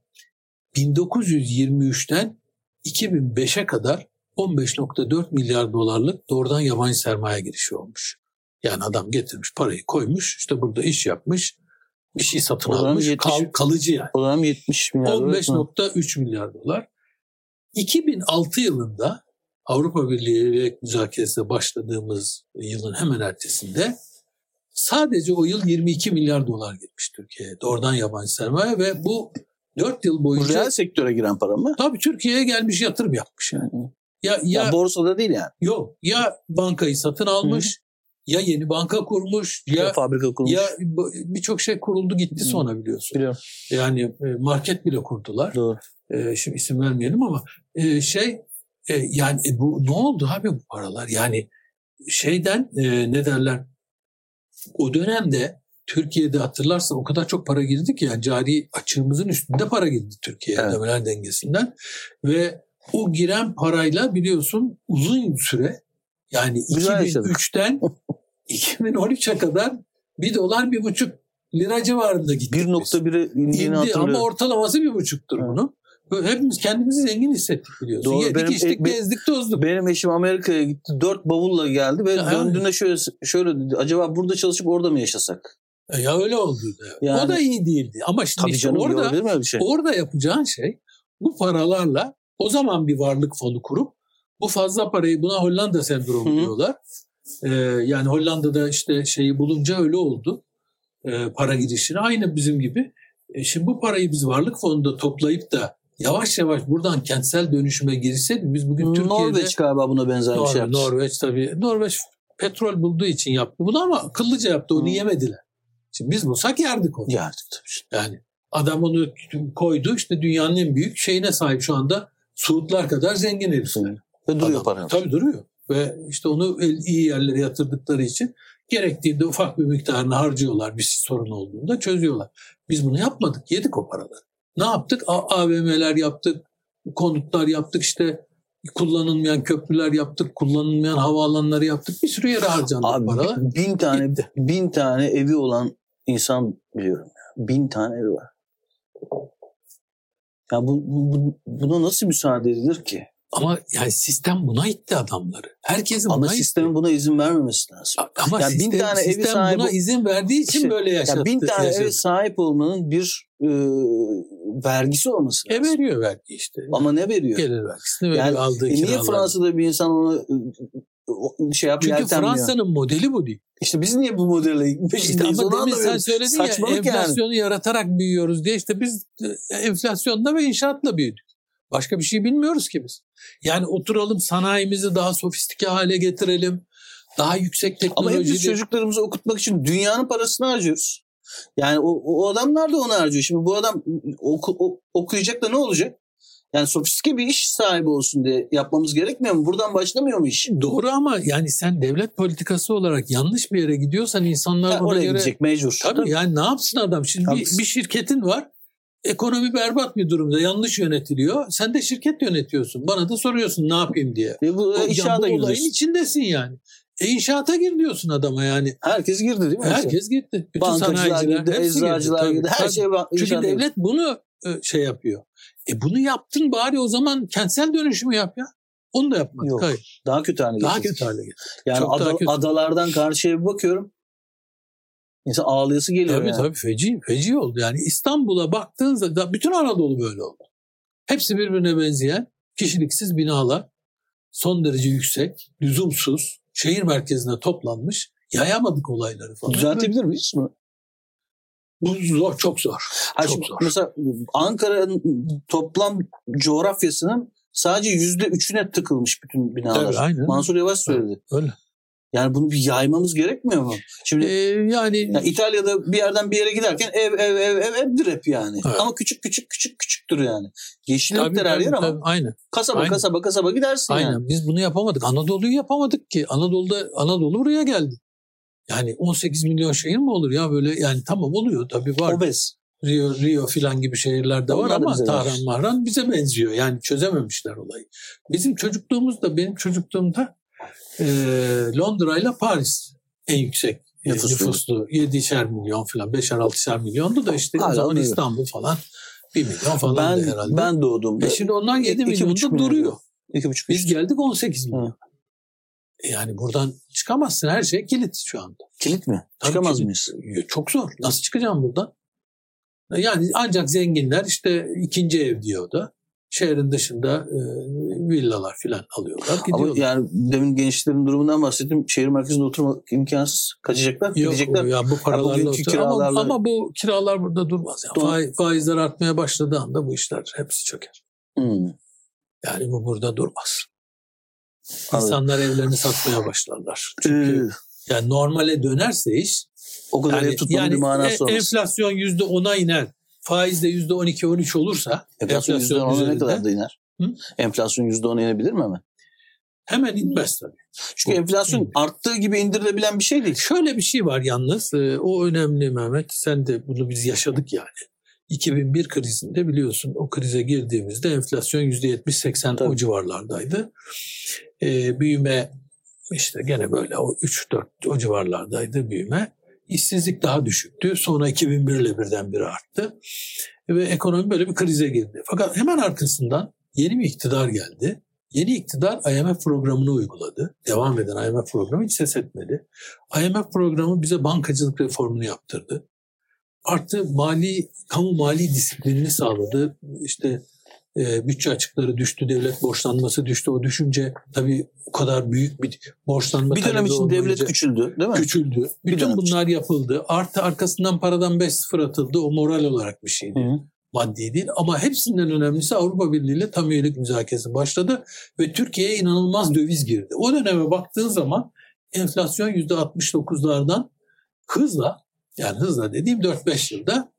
1923'ten 2005'e kadar 15.4 milyar dolarlık doğrudan yabancı sermaye girişi olmuş. Yani adam getirmiş, parayı koymuş, işte burada iş yapmış, bir şey satın almış, kalıcı yani. O zaman 70 milyar dolar. 15.3 milyar dolar. 2006 yılında Avrupa Birliği ile müzakeresine başladığımız yılın hemen ertesinde sadece o yıl 22 milyar dolar girmiş Türkiye'ye. Doğrudan yabancı sermaye ve bu 4 yıl boyunca... Reel sektöre giren para mı? Tabii Türkiye'ye gelmiş, yatırım yapmış yani. Ya borsada değil yani. Yok, ya bankayı satın almış, ya yeni banka kurmuş, ya fabrika kurmuş. Ya birçok şey kuruldu gitti sonra biliyorsun. Biliyorum. Yani market bile kurdular. Doğru. Şimdi isim vermeyelim ama yani bu ne oldu abi bu paralar? Yani şeyden ne derler? O dönemde Türkiye'de hatırlarsan o kadar çok para girdi ki yani cari açığımızın üstünde para girdi Türkiye'ye ödemelen dengesinden ve o giren parayla biliyorsun uzun süre yani 2003'ten 2013'e kadar $1 $1,5 lira civarında gitti. 1.1'e indiğini hatırlıyorum. Ama ortalaması 1,5'tur bunun. Hepimiz kendimizi zengin hissettik biliyorsun. Doğru. Yedik, içtik, gezdik, tozduk. Benim eşim Amerika'ya gitti. 4 bavulla geldi ve döndüğünde şöyle dedi. Acaba burada çalışıp orada mı yaşasak? Ya öyle oldu. Yani, o da iyi değildi. Ama şimdi işte orada yapacağın şey bu paralarla o zaman bir varlık fonu kurup bu fazla parayı buna Hollanda sendromu diyorlar. Yani Hollanda'da işte şeyi bulunca öyle oldu. Para girişini aynı bizim gibi. Şimdi bu parayı biz varlık fonunda toplayıp da yavaş yavaş buradan kentsel dönüşüme girseydik biz bugün Türkiye'de... Norveç galiba buna benzer bir şey yaptı. Norveç tabii. Norveç petrol bulduğu için yaptı bunu ama akıllıca yaptı. Onu yemediler. Şimdi biz bulsak yerdik onu. Yerdik tabii. Yani adam onu koydu işte dünyanın en büyük şeyine sahip şu anda Suudlar kadar zengin herifler. Ve duruyor para. Tabii duruyor. Ve işte onu iyi yerlere yatırdıkları için gerektiğinde ufak bir miktarını harcıyorlar. Bir sorun olduğunda çözüyorlar. Biz bunu yapmadık. Yedik o paraları. Ne yaptık? AVM'ler yaptık. Konutlar yaptık. İşte kullanılmayan köprüler yaptık. Kullanılmayan havaalanları yaptık. Bir sürü yere harcandı paralar. 1000 tane evi olan insan biliyorum. 1000 tane evi var. Ya buna nasıl müsaade edilir ki? Ama yani sistem buna itti adamları. Herkesin ama buna sistemin buna izin vermemesi lazım. Ama yani sistem buna izin verdiği için böyle yaşattı. Ya 1000 tane eve sahip olmanın bir vergisi olması lazım. Veriyor vergi işte. Ama ne veriyor? Gelir vergisini veriyor, yani, aldığı kiralar. Niye Fransa'da bir insan onu şey yapıyor? Çünkü Fransa'nın modeli bu değil. İşte biz niye bu modelle peşindeyiz? Ama demin sen söyledin ya enflasyonu yaratarak büyüyoruz diye işte biz enflasyonla ve inşaatla büyüdük. Başka bir şey bilmiyoruz ki biz. Yani oturalım sanayimizi daha sofistike hale getirelim. Daha yüksek teknolojili. Ama hep biz çocuklarımızı okutmak için dünyanın parasını harcıyoruz. Yani o adamlar da onu harcıyor. Şimdi bu adam okuyacak da ne olacak? Yani sofistike bir iş sahibi olsun diye yapmamız gerekmiyor mu? Buradan başlamıyor mu iş? Doğru ama yani sen devlet politikası olarak yanlış bir yere gidiyorsan insanlar buna oraya göre... gidecek mecbur. Tabii yani ne yapsın adam? Şimdi bir şirketin var. Ekonomi berbat bir durumda. Yanlış yönetiliyor. Sen de şirket yönetiyorsun. Bana da soruyorsun ne yapayım diye. Bu olayın içindesin yani. İnşaata gir diyorsun adama yani. Herkes girdi değil mi? Herkes girdi. Bütün bankacılar girdi, eczacılar girdi. Her şey çünkü devlet bunu şey yapıyor. Bunu yaptın bari o zaman kentsel dönüşümü yap ya. Onu da yapmadık. Yok. Hayır. Daha kötü hale getirdik. Yani adalardan karşıya bir bakıyorum. İnsan ağlayası geliyor. Tabii feci oldu. Yani İstanbul'a baktığınızda bütün Anadolu böyle oldu. Hepsi birbirine benzeyen kişiliksiz binalar, son derece yüksek, lüzumsuz, şehir merkezine toplanmış, yayamadık olayları falan. Düzeltebilir miyiz bunu? Bu zor, çok zor. Çok zor. Mesela Ankara'nın toplam coğrafyasının sadece %3'üne tıkılmış bütün binalar. Evet, aynen. Mansur Yavaş söyledi. Öyle. Yani bunu bir yaymamız gerekmiyor mu? Şimdi yani İtalya'da bir yerden bir yere giderken evdir hep yani. Evet. Ama küçüktür yani. Yeşillikler her yer ama aynen. Kasaba gidersin aynen. Yani. Biz bunu yapamadık. Anadolu'yu yapamadık ki. Anadolu buraya geldi. Yani 18 milyon şehir mi olur ya böyle yani tamam oluyor tabii var. Obez. Rio filan gibi şehirlerde var ama Tahran bize benziyor. Yani çözememişler olayı. Benim çocukluğumda Londra ile Paris en yüksek nüfuslu 7'şer milyon falan 5'er 6'şer milyondu da işte o zaman İstanbul falan 1 milyon falan herhalde. Ben doğduğumda. Şimdi onlar 7 milyonda duruyor. 2,5 Biz geldik 18 milyon. Yani buradan çıkamazsın, her şey kilit şu anda. Kilit mi? Tabii çıkamaz mıyız? Çok zor. Nasıl çıkacağım buradan? Yani ancak zenginler işte ikinci ev diyor da. Şehrin dışında villalar falan alıyorlar. Gidiyorlar. Ama yani demin gençlerin durumundan bahsettim. Şehir merkezinde oturmak imkansız. Kaçacaklar, gidecekler. Ya bu paralarla ama bu kiralar burada durmaz. Yani faizler artmaya başladığı anda bu işler hepsi çöker. Yani bu burada durmaz. İnsanlar evlerini satmaya başlarlar. Çünkü yani normale dönerse iş, o kadar ev tutmanın bir manası olmaz. Enflasyon %10'a iner. Faiz de %12-13 olursa enflasyon %10'a ne kadar da iner? Enflasyon %10'a inebilir mi hemen? Hemen inmez tabii. Çünkü enflasyon arttığı gibi indirilebilen bir şey değil. Şöyle bir şey var yalnız. O önemli Mehmet. Sen de bunu biz yaşadık yani. 2001 krizinde biliyorsun, o krize girdiğimizde enflasyon %70-80 o civarlardaydı. Büyüme işte gene böyle o 3-4 o civarlardaydı büyüme. İşsizlik daha düşüktü. Sonra 2001 ile birdenbire arttı. Ve ekonomi böyle bir krize girdi. Fakat hemen arkasından yeni bir iktidar geldi. Yeni iktidar IMF programını uyguladı. Devam eden IMF programı hiç ses etmedi. IMF programı bize bankacılık reformunu yaptırdı. Artı kamu mali disiplinini sağladı. İşte bütçe açıkları düştü, devlet borçlanması düştü. O düşünce tabii o kadar büyük bir borçlanma bir dönem için devlet küçüldü, değil mi? Küçüldü. Bütün bunlar yapıldı. Artı arkasından paradan 5-0 atıldı. O moral olarak bir şeydi. Maddi değil. Ama hepsinden önemlisi Avrupa Birliği ile tam üyelik müzakeresi başladı ve Türkiye'ye inanılmaz döviz girdi. O döneme baktığın zaman enflasyon %69'lardan hızla dediğim 4-5 yılda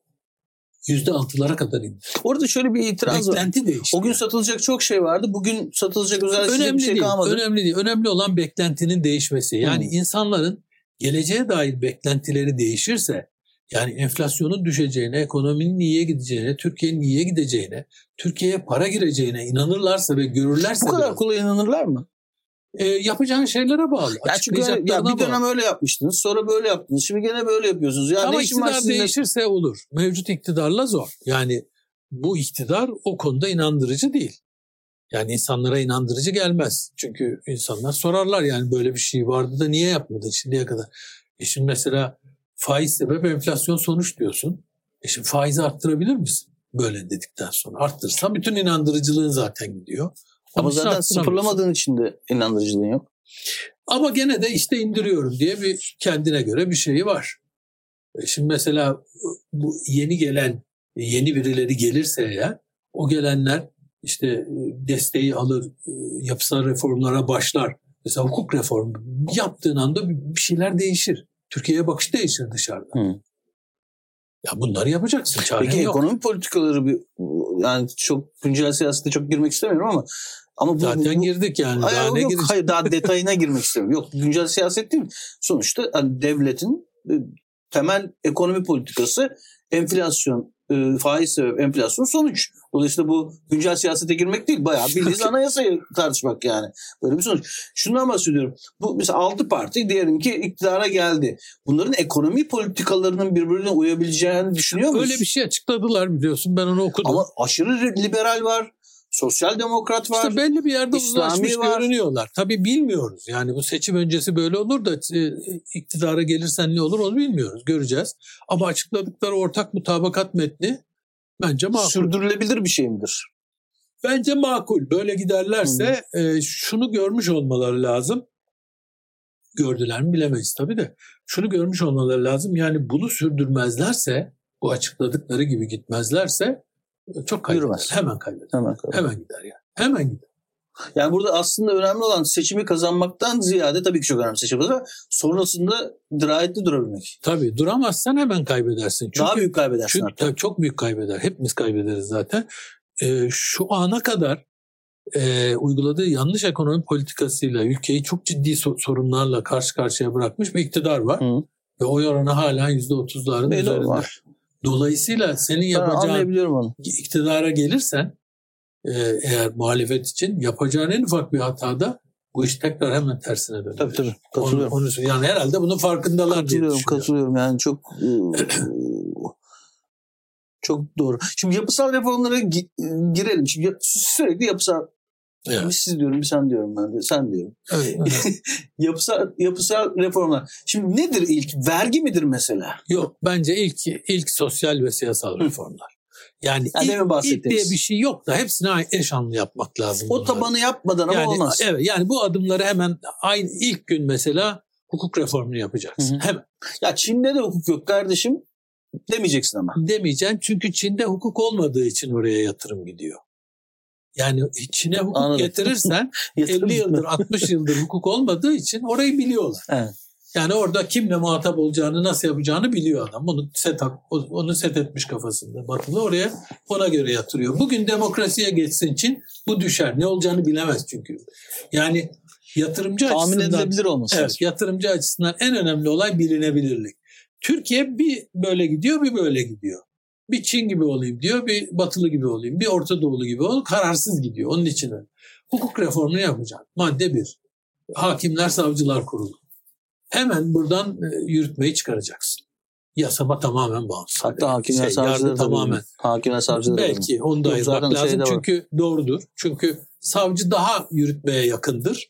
%6'lara kadar indi. Orada şöyle bir itiraz var. Beklenti değişti. O gün satılacak çok şey vardı. Bugün satılacak özel bir şey kalmadı. Önemli değil. Önemli olan beklentinin değişmesi. Yani insanların geleceğe dair beklentileri değişirse, yani enflasyonun düşeceğine, ekonominin iyiye gideceğine, Türkiye'nin iyiye gideceğine, Türkiye'ye para gireceğine inanırlarsa ve görürlerse... Bu kadar kolay inanırlar mı? Yapacağın şeylere bağlı. Ya çünkü bir dönem öyle yapmıştınız, sonra böyle yaptınız, şimdi gene böyle yapıyorsunuz. Yani ama iktidar değişirse olur. Mevcut iktidarla zor. Yani bu iktidar o konuda inandırıcı değil. Yani insanlara inandırıcı gelmez. Çünkü insanlar sorarlar, yani böyle bir şey vardı da niye yapmadın şimdiye kadar? Şimdi mesela faiz sebep enflasyon sonuç diyorsun. Şimdi faizi arttırabilir misin? Böyle dedikten sonra arttırsan bütün inandırıcılığın zaten gidiyor. Ama zaten sıfırlamadığın için de inandırıcılığın yok. Ama gene de işte indiriyorum diye bir kendine göre bir şeyi var. Şimdi mesela bu yeni birileri gelirse eğer, o gelenler işte desteği alır, yapısal reformlara başlar. Mesela hukuk reformu yaptığın anda bir şeyler değişir. Türkiye'ye bakış değişir dışarıda. Ya bunları yapacaksın. Peki ekonomi politikaları yani çok güncel siyasete çok girmek istemiyorum ama zaten girdik yani. Hayır, daha detayına girmek istemiyorum. Yok, güncel siyaset değil. Sonuçta hani devletin temel ekonomi politikası enflasyon, faiz sebep enflasyon sonuç. Dolayısıyla bu güncel siyasete girmek değil. Bayağı bildiğiniz anayasayı tartışmak yani. Böyle bir sonuç. Şundan bahsediyorum. Bu mesela 6 parti diyelim ki iktidara geldi. Bunların ekonomi politikalarının birbirine uyabileceğini düşünüyor musun? Öyle bir şey açıkladılar biliyorsun. Ben onu okudum. Ama aşırı liberal var. Sosyal demokrat var. İşte belli bir yerde uzlaşmış görünüyorlar. Tabii bilmiyoruz. Yani bu seçim öncesi böyle olur da iktidara gelirsen ne olur onu bilmiyoruz. Göreceğiz. Ama açıkladıkları ortak mutabakat metni bence makul. Sürdürülebilir bir şey midir? Bence makul. Böyle giderlerse şunu görmüş olmaları lazım. Gördüler mi bilemeyiz tabii de. Şunu görmüş olmaları lazım. Yani bunu sürdürmezlerse, bu açıkladıkları gibi gitmezlerse çok kaybeder. Hemen kaybeder. Hemen gider yani. Hemen gider. Yani burada aslında önemli olan seçimi kazanmaktan ziyade, tabii ki çok önemli seçim ama sonrasında dirayetli durabilmek. Tabii duramazsan hemen kaybedersin. Çünkü, daha büyük kaybedersin hatta. Çok büyük kaybeder. Hepimiz kaybederiz zaten. Şu ana kadar uyguladığı yanlış ekonomi politikasıyla ülkeyi çok ciddi sorunlarla karşı karşıya bırakmış bir iktidar var. Ve oy oranı hala %30'ların üzerinde. Var. Dolayısıyla senin yapacağın iktidara gelirsen eğer muhalefet için yapacağın en ufak bir hatada bu iş tekrar hemen tersine dönüyor. Tabii. Katılıyorum. Yani herhalde bunun farkındalar diye düşünüyorum. Katılıyorum. Yani çok doğru. Şimdi yapısal reformlara girelim. Şimdi sürekli yapısal. Evet. Bir siz diyorum, bir sen diyorum, ben de sen diyorum. Evet. yapısal reformlar. Şimdi nedir ilk? Vergi midir mesela? Yok, bence ilk sosyal ve siyasal reformlar. Yani ilk diye bir şey yok da hepsini eş anlı yapmak lazım. O tabanı yapmadan ama olmaz. Evet, yani bu adımları hemen aynı ilk gün mesela hukuk reformunu yapacaksın. Hemen. Ya Çin'de de hukuk yok kardeşim demeyeceksin ama. Demeyeceksin çünkü Çin'de hukuk olmadığı için oraya yatırım gidiyor. Yani Çin'e hukuk getirirsen 50 yıldır 60 yıldır hukuk olmadığı için orayı biliyorlar. Evet. Yani orada kimle muhatap olacağını, nasıl yapacağını biliyor adam. Onu set etmiş kafasında. Batılı oraya ona göre yatırıyor. Bugün demokrasiye geçsin Çin bu düşer. Ne olacağını bilemez çünkü. Yani yatırımcı tahmin açısından edilebilir olması. Evet, yatırımcı açısından en önemli olay bilinebilirlik. Türkiye bir böyle gidiyor, bir böyle gidiyor. Bir Çin gibi olayım diyor, bir Batılı gibi olayım, bir Orta Doğulu gibi olayım. Kararsız gidiyor. Onun için öyle. Hukuk reformunu yapacak. Madde 1. Hakimler Savcılar Kurulu. Hemen buradan yürütmeyi çıkaracaksın. Yasama tamamen bağımsız. Hatta hakimler savcıları tamamen. Hakimler savcıları belki onu da ayırmak lazım. Çünkü doğrudur. Çünkü savcı daha yürütmeye yakındır.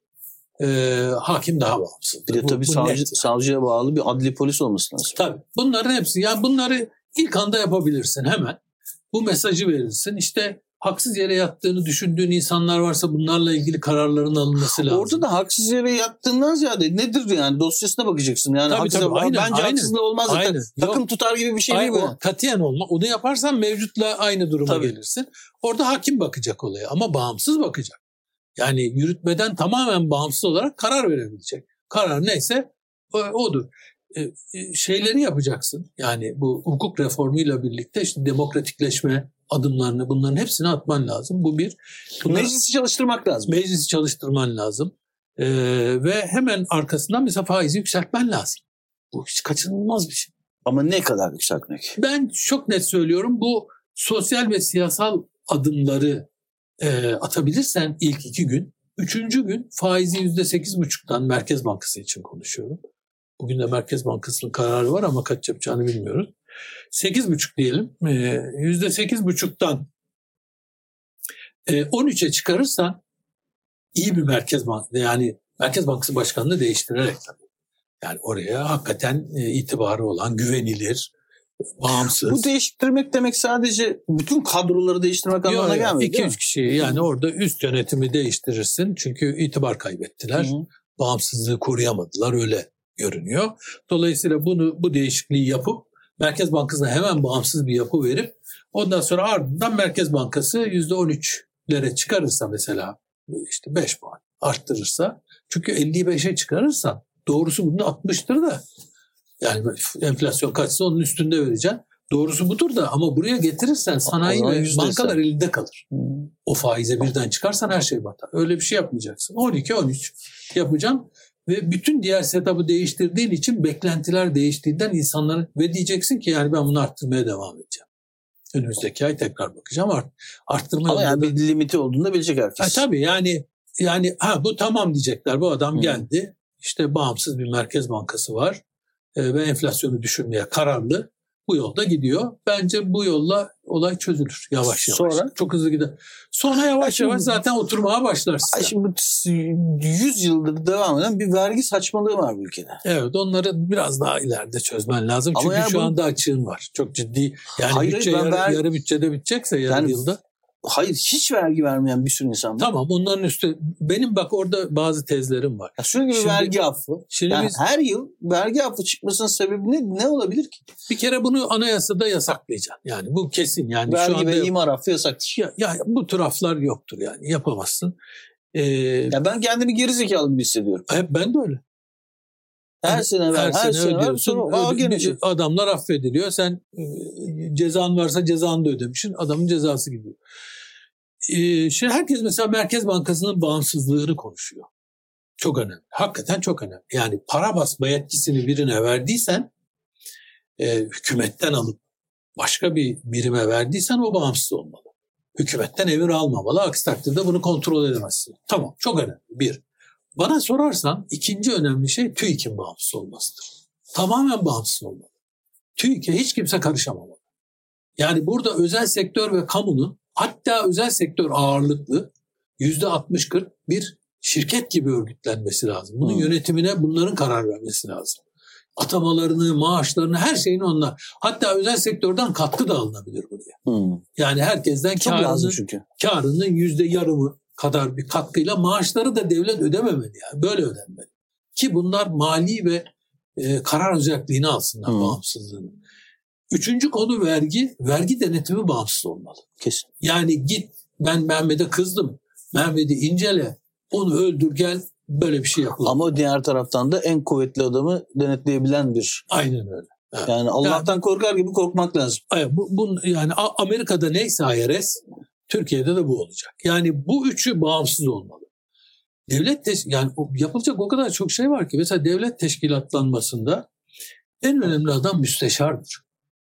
Hakim daha bağımsızdır. Bir de tabii savcıya bağlı bir adli polis olması lazım. Tabii. Bunların hepsi. Yani bunları ilk anda yapabilirsin hemen. Bu mesajı verirsin. İşte haksız yere yattığını düşündüğün insanlar varsa bunlarla ilgili kararların alınması lazım. Orada da haksız yere yattığından ziyade nedir yani dosyasına bakacaksın. Yani aynen, haksızlığı olmaz. Takım tutar gibi bir şey değil bu. Katiyen olma. Onu yaparsan mevcutla aynı duruma gelirsin. Orada hakim bakacak olaya ama bağımsız bakacak. Yani yürütmeden tamamen bağımsız olarak karar verebilecek. Karar neyse odur. Şeyleri yapacaksın. Yani bu hukuk reformuyla birlikte işte demokratikleşme adımlarını bunların hepsini atman lazım. Bu bir. Meclisi çalıştırmak lazım. Meclisi çalıştırman lazım. Ve hemen arkasından mesela faizi yükseltmen lazım. Bu hiç kaçınılmaz bir şey. Ama ne kadar yükseltmek? Ben çok net söylüyorum. Bu sosyal ve siyasal adımları atabilirsen ilk 2 gün, 3. gün faizi %8,5'tan Merkez Bankası için konuşuyorum. Bugün de Merkez Bankası'nın kararı var ama kaç yapacağını bilmiyoruz. 8,5 diyelim. %8,5'tan 13'e çıkarırsan iyi bir Merkez Bankası, yani Merkez Bankası Başkanı'nı değiştirerek tabii. Yani oraya hakikaten itibarı olan, güvenilir, bağımsız. Bu değiştirmek demek sadece bütün kadroları değiştirmek anlamına gelmiyor. 2-3 kişiyi yani orada üst yönetimi değiştirirsin. Çünkü itibar kaybettiler. Hı-hı. Bağımsızlığı koruyamadılar, öyle görünüyor. Dolayısıyla bu değişikliği yapıp Merkez Bankası'na hemen bağımsız bir yapı verip ondan sonra ardından Merkez Bankası %13'lere çıkarırsa mesela işte 5 puan arttırırsa, çünkü 55'e çıkarırsan doğrusu bunun 60'tır da yani enflasyon kaçsa onun üstünde vereceksin. Doğrusu budur da ama buraya getirirsen sanayi ve bankalar elinde kalır. O faize birden çıkarsan her şey batar. Öyle bir şey yapmayacaksın. 12-13 yapacaksın ve bütün diğer setup'ı değiştirdiğin için beklentiler değiştiğinden insanların ve diyeceksin ki yani ben bunu arttırmaya devam edeceğim. Önümüzdeki ay tekrar bakacağım. Arttırma ama yani bir limiti olduğunu da bilecek herkes. Tabii yani bu tamam diyecekler. Bu adam geldi. İşte bağımsız bir Merkez Bankası var ve enflasyonu düşürmeye kararlı. Bu yolda gidiyor. Bence bu yolla olay çözülür yavaş yavaş. Sonra? Çok hızlı gider. Sonra yavaş yavaş zaten oturmaya başlar sistem. Şimdi 100 yıldır devam eden bir vergi saçmalığı var bu ülkede. Evet, onları biraz daha ileride çözmen lazım. Çünkü yani şu anda açığın var. Çok ciddi. Yani bütçe yarı bütçede bitecekse yarı yılda. Hayır, hiç vergi vermeyen bir sürü insan var. Tamam, onların üstü. Benim bak orada bazı tezlerim var. Ya sürekli vergi affı. Yani her yıl vergi affı çıkmasının sebebi ne olabilir ki? Bir kere bunu anayasada yasaklayacaksın. Yani bu kesin. Yani vergi şu anda ve imar affı yasaktır. Ya bu tür afflar yoktur yani. Yapamazsın. Ya ben kendimi gerizekalı gibi hissediyorum. Ben de öyle. Her sene ver. Sonra adamlar affediliyor. Sen cezan varsa cezanı da ödemişsin. Adamın cezası gidiyor. Herkes mesela Merkez Bankası'nın bağımsızlığını konuşuyor. Çok önemli. Hakikaten çok önemli. Yani para basma yetkisini birine verdiysen, hükümetten alıp başka bir birime verdiysen o bağımsız olmalı. Hükümetten emir almamalı. Aksi takdirde bunu kontrol edemezsin. Tamam, çok önemli. Bir. Bana sorarsan ikinci önemli şey TÜİK'in bağımsız olmasıdır. Tamamen bağımsız olmalı. TÜİK'e hiç kimse karışamamalı. Yani burada özel sektör ve kamunun, hatta özel sektör ağırlıklı %60-40 bir şirket gibi örgütlenmesi lazım. Bunun yönetimine bunların karar vermesi lazım. Atamalarını, maaşlarını, her şeyini onlar. Hatta özel sektörden katkı da alınabilir buraya. Yani herkesten karının %yarımı kadar bir katkıyla maaşları da devlet ödememeli. Yani böyle ödenmeli. Ki bunlar mali ve karar özelliğini alsınlar, bağımsızlığını. Üçüncü konu vergi. Vergi denetimi bağımsız olmalı. Kesin. Yani git, ben Mehmet'e kızdım, Mehmet'i incele, onu öldür gel, böyle bir şey yapılamaz. Ama diğer taraftan da en kuvvetli adamı denetleyebilen bir. Aynen öyle. Evet. Yani Allah'tan korkar gibi korkmak lazım. Yani Amerika'da neyse IRS, Türkiye'de de bu olacak. Yani bu üçü bağımsız olmalı. Yani yapılacak o kadar çok şey var ki. Mesela devlet teşkilatlanmasında en önemli adam müsteşardır.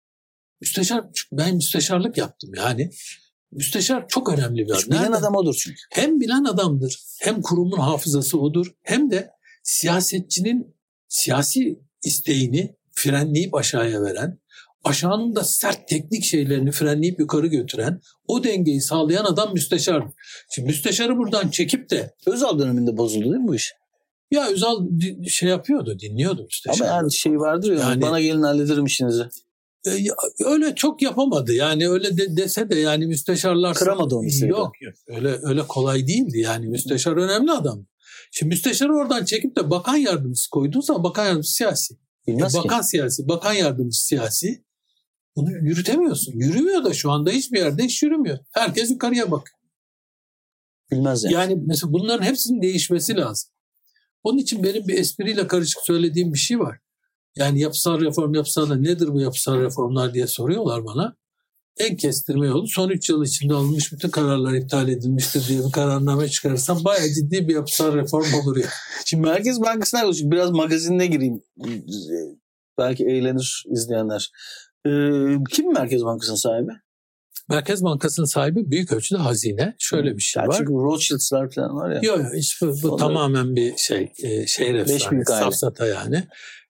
Ben müsteşarlık yaptım yani. Müsteşar çok önemli bir adam. Bilen adam odur çünkü. Hem bilen adamdır, hem kurumun hafızası odur, hem de siyasetçinin siyasi isteğini frenleyip aşağıya veren, aşağının da sert teknik şeylerini frenleyip yukarı götüren, o dengeyi sağlayan adam müsteşardır. Şimdi müsteşarı buradan çekip de... Özal döneminde bozuldu değil mi bu iş? Ya Özal dinliyordu müsteşarı. Ama yani şey vardır ya, yani, bana gelin hallederim işinizi. Öyle çok yapamadı. Yani öyle dese de yani müsteşarlar... Kıramadı onu. Yok. Öyle kolay değildi. Yani müsteşar önemli adam. Şimdi müsteşarı oradan çekip de bakan yardımcısı koyduğun zaman bakan yardımcısı siyasi. Bakan siyasi, bakan yardımcısı siyasi. Bunu yürütemiyorsun. Yürümüyor da şu anda hiçbir yerde hiç yürümüyor. Herkes yukarıya bakıyor. Bilmez yani. Yani mesela bunların hepsinin değişmesi lazım. Onun için benim bir espriyle karışık söylediğim bir şey var. Yani yapısal reform da nedir bu yapısal reformlar diye soruyorlar bana. En kestirme yolu son 3 yıl içinde alınmış bütün kararlar iptal edilmiştir diye bir kararname çıkarırsam bayağı ciddi bir yapısal reform olur ya. Şimdi Merkez Bankası'na konuşayım. Biraz magazinine gireyim. Belki eğlenir izleyenler. Kim Merkez Bankası'nın sahibi? Merkez Bankası'nın sahibi büyük ölçüde hazine. Şöyle bir şey var. Çünkü Rothschild'slar falan var ya. Yok hiç bu tamamen bir şehir efsanesi. Safsata yani.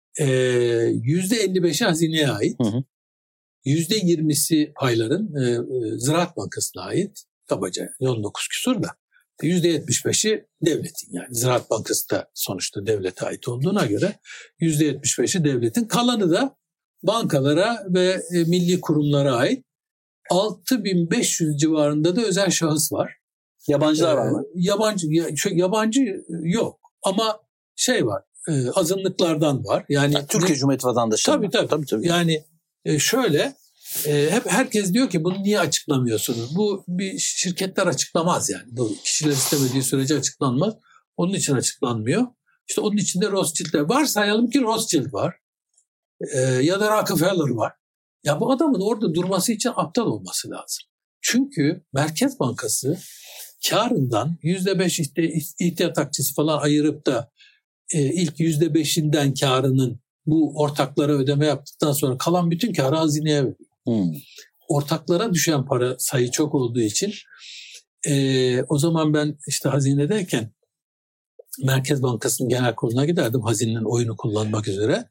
%55'i hazineye ait. %20'si payların Ziraat Bankası'na ait. Kabaca 19 küsur da. %75'i devletin, yani Ziraat Bankası da sonuçta devlete ait olduğuna göre %75'i devletin. Kalanı da bankalara ve milli kurumlara ait. 6.500 civarında da özel şahıs var. Yabancılar var mı? Yabancı yok ama var. Azınlıklardan var. Yani Türkiye Cumhuriyeti vatandaşı. Tabii. Yani hep herkes diyor ki bunu niye açıklamıyorsunuz? Bu bir şirketler açıklamaz yani. Bu kişiler istemediği sürece açıklanmaz. Onun için açıklanmıyor. İşte onun içinde Rothschild'ler var. Sayalım ki Rothschild var. Ya da Rockefeller var. Ya bu adamın orada durması için aptal olması lazım. Çünkü Merkez Bankası karından %5 ihtiyat akçesi falan ayırıp da ilk %5'inden karının bu ortaklara ödeme yaptıktan sonra kalan bütün karı hazineye veriyor. Ortaklara düşen para sayı çok olduğu için o zaman ben işte hazinedeyken Merkez Bankası'nın genel kuruluna giderdim. Hazinenin oyunu kullanmak üzere.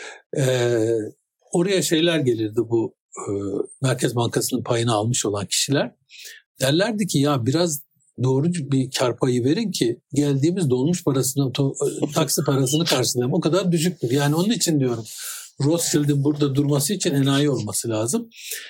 Oraya şeyler gelirdi, bu Merkez Bankası'nın payını almış olan kişiler. Derlerdi ki ya biraz doğrucu bir kar payı verin ki geldiğimiz dolmuş parasını, taksi parasını karşılayalım. O kadar düşüktür. Yani onun için diyorum Rothschild'in burada durması için enayi olması lazım.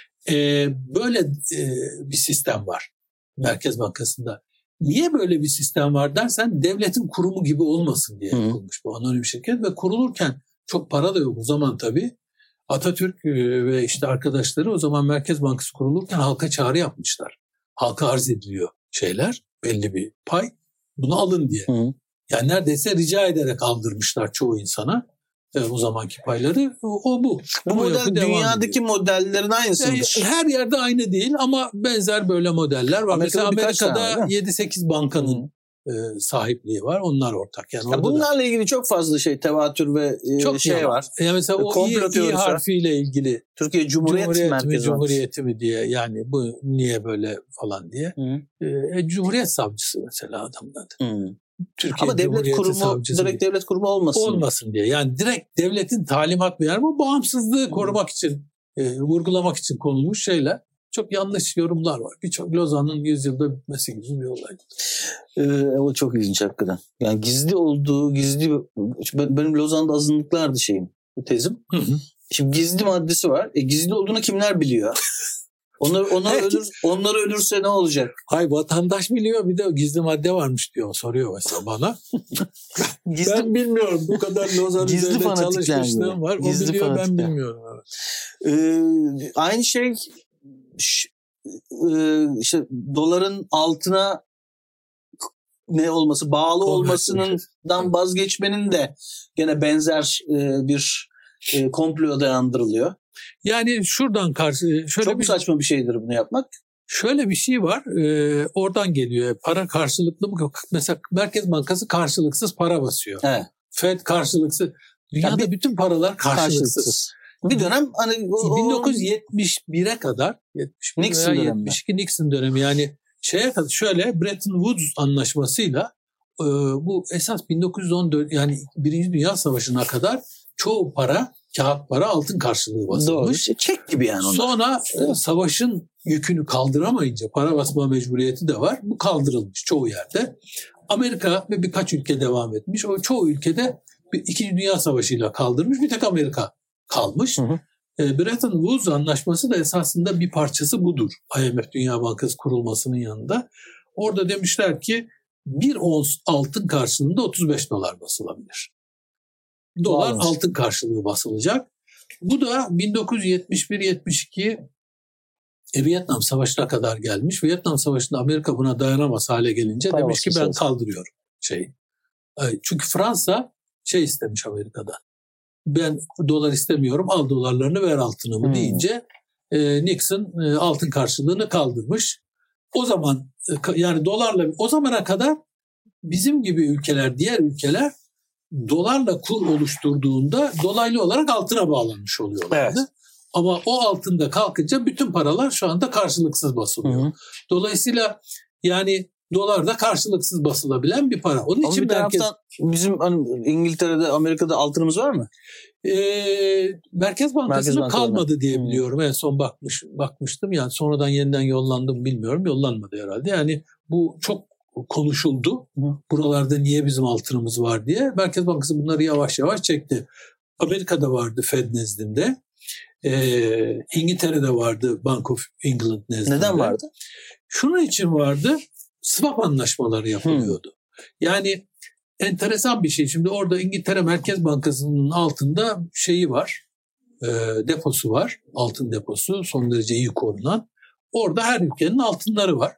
Böyle bir sistem var Merkez Bankası'nda. Niye böyle bir sistem var dersen devletin kurumu gibi olmasın diye yapılmış bu anonim şirket ve kurulurken çok para da yok o zaman tabii. Atatürk ve işte arkadaşları o zaman Merkez Bankası kurulurken halka çağrı yapmışlar. Halka arz ediliyor belli bir pay. Bunu alın diye. Yani neredeyse rica ederek aldırmışlar çoğu insana. O zamanki payları bu. Bu model dünyadaki modellerin aynısıdır. Her yerde aynı değil ama benzer böyle modeller var. Mesela Amerika'da 7-8 bankanın sahipliği var. Onlar ortak. Yani bunlarla ilgili çok fazla tevatür ve çok var. Yani mesela o İ harfiyle ilgili Türkiye Cumhuriyeti mi diye, yani bu niye böyle falan diye. Cumhuriyet savcısı mesela adamın adı. Türkiye ama devlet Cumhuriyeti kurumu, savcısı direkt devlet kurumu olmasın diye. Yani direkt devletin talimat verir ama bağımsızlığı korumak için, vurgulamak için konulmuş şeyler. Çok yanlış yorumlar var. Birçok Lozan'ın 100 yılda bitmesi gibi bir olay. O çok ilginç hakikaten. Yani gizli benim Lozan'da azınlıklardı tezim. Hı hı. Şimdi gizli maddesi var. Gizli olduğunu kimler biliyor? Onlar ölürse ne olacak? Hayır, vatandaş biliyor, bir de gizli madde varmış diyor, soruyor mesela bana. Ben bilmiyorum, bu kadar Lozan üzerinde çalışmışlığım var. Gizli o biliyor, ben bilmiyorum. Evet. Aynı şey işte doların altına ne olması, bağlı olmasından vazgeçmenin de gene benzer bir komploya dayandırılıyor. Yani şuradan çok saçma bir şeydir bunu yapmak. Şöyle bir şey var, oradan geliyor. Para karşılıklı mı? Mesela Merkez Bankası karşılıksız para basıyor. Evet. Fed karşılıksız. Dünyada bütün paralar karşılıksız. Bir dönem hani 1971'e kadar, 71 Nixon veya 72 Nixon dönemi, yani şeye kadar, şöyle Bretton Woods anlaşmasıyla bu esas 1914, yani Birinci Dünya Savaşı'na kadar çoğu para, kağıt para, altın karşılığı basılmış. Doğru. Çek gibi yani onlar. Sonra savaşın yükünü kaldıramayınca para basma mecburiyeti de var. Bu kaldırılmış çoğu yerde. Amerika ve birkaç ülke devam etmiş. O çoğu ülkede İkinci Dünya Savaşı'yla kaldırmış. Bir tek Amerika kalmış. Hı hı. Bretton Woods anlaşması da esasında bir parçası budur. IMF, Dünya Bankası kurulmasının yanında. Orada demişler ki bir ons altın karşılığında $35 basılabilir. Dolar altın karşılığı basılacak. Bu da 1971-72 Vietnam Savaşı'na kadar gelmiş. Vietnam Savaşı'nda Amerika buna dayanamaz hale gelince demiş ki ben kaldırıyorum şeyi. Çünkü Fransa istemiş Amerika'dan. Ben dolar istemiyorum, al dolarlarını, ver altınımı deyince Nixon altın karşılığını kaldırmış. O zaman yani dolarla, o zamana kadar bizim gibi ülkeler, diğer ülkeler dolarla kur oluşturduğunda dolaylı olarak altına bağlanmış oluyorlardı. Evet. Ama o altında kalkınca bütün paralar şu anda karşılıksız basılıyor. Hı hı. Dolayısıyla yani dolar da karşılıksız basılabilen bir para. Onun için bizim İngiltere'de, Amerika'da altınımız var mı? Merkez Bankası'nın kalmadı diye biliyorum. En son bakmıştım. Yani sonradan yeniden yollandım bilmiyorum. Yollanmadı herhalde. Yani bu çok konuşuldu. Buralarda niye bizim altınımız var diye. Merkez Bankası bunları yavaş yavaş çekti. Amerika'da vardı Fed nezdinde. İngiltere'de vardı Bank of England nezdinde. Neden vardı? Şunun için vardı. Swap anlaşmaları yapılıyordu. Yani enteresan bir şey. Şimdi orada İngiltere Merkez Bankası'nın altında şeyi var. Deposu var. Altın deposu. Son derece iyi korunan. Orada her ülkenin altınları var.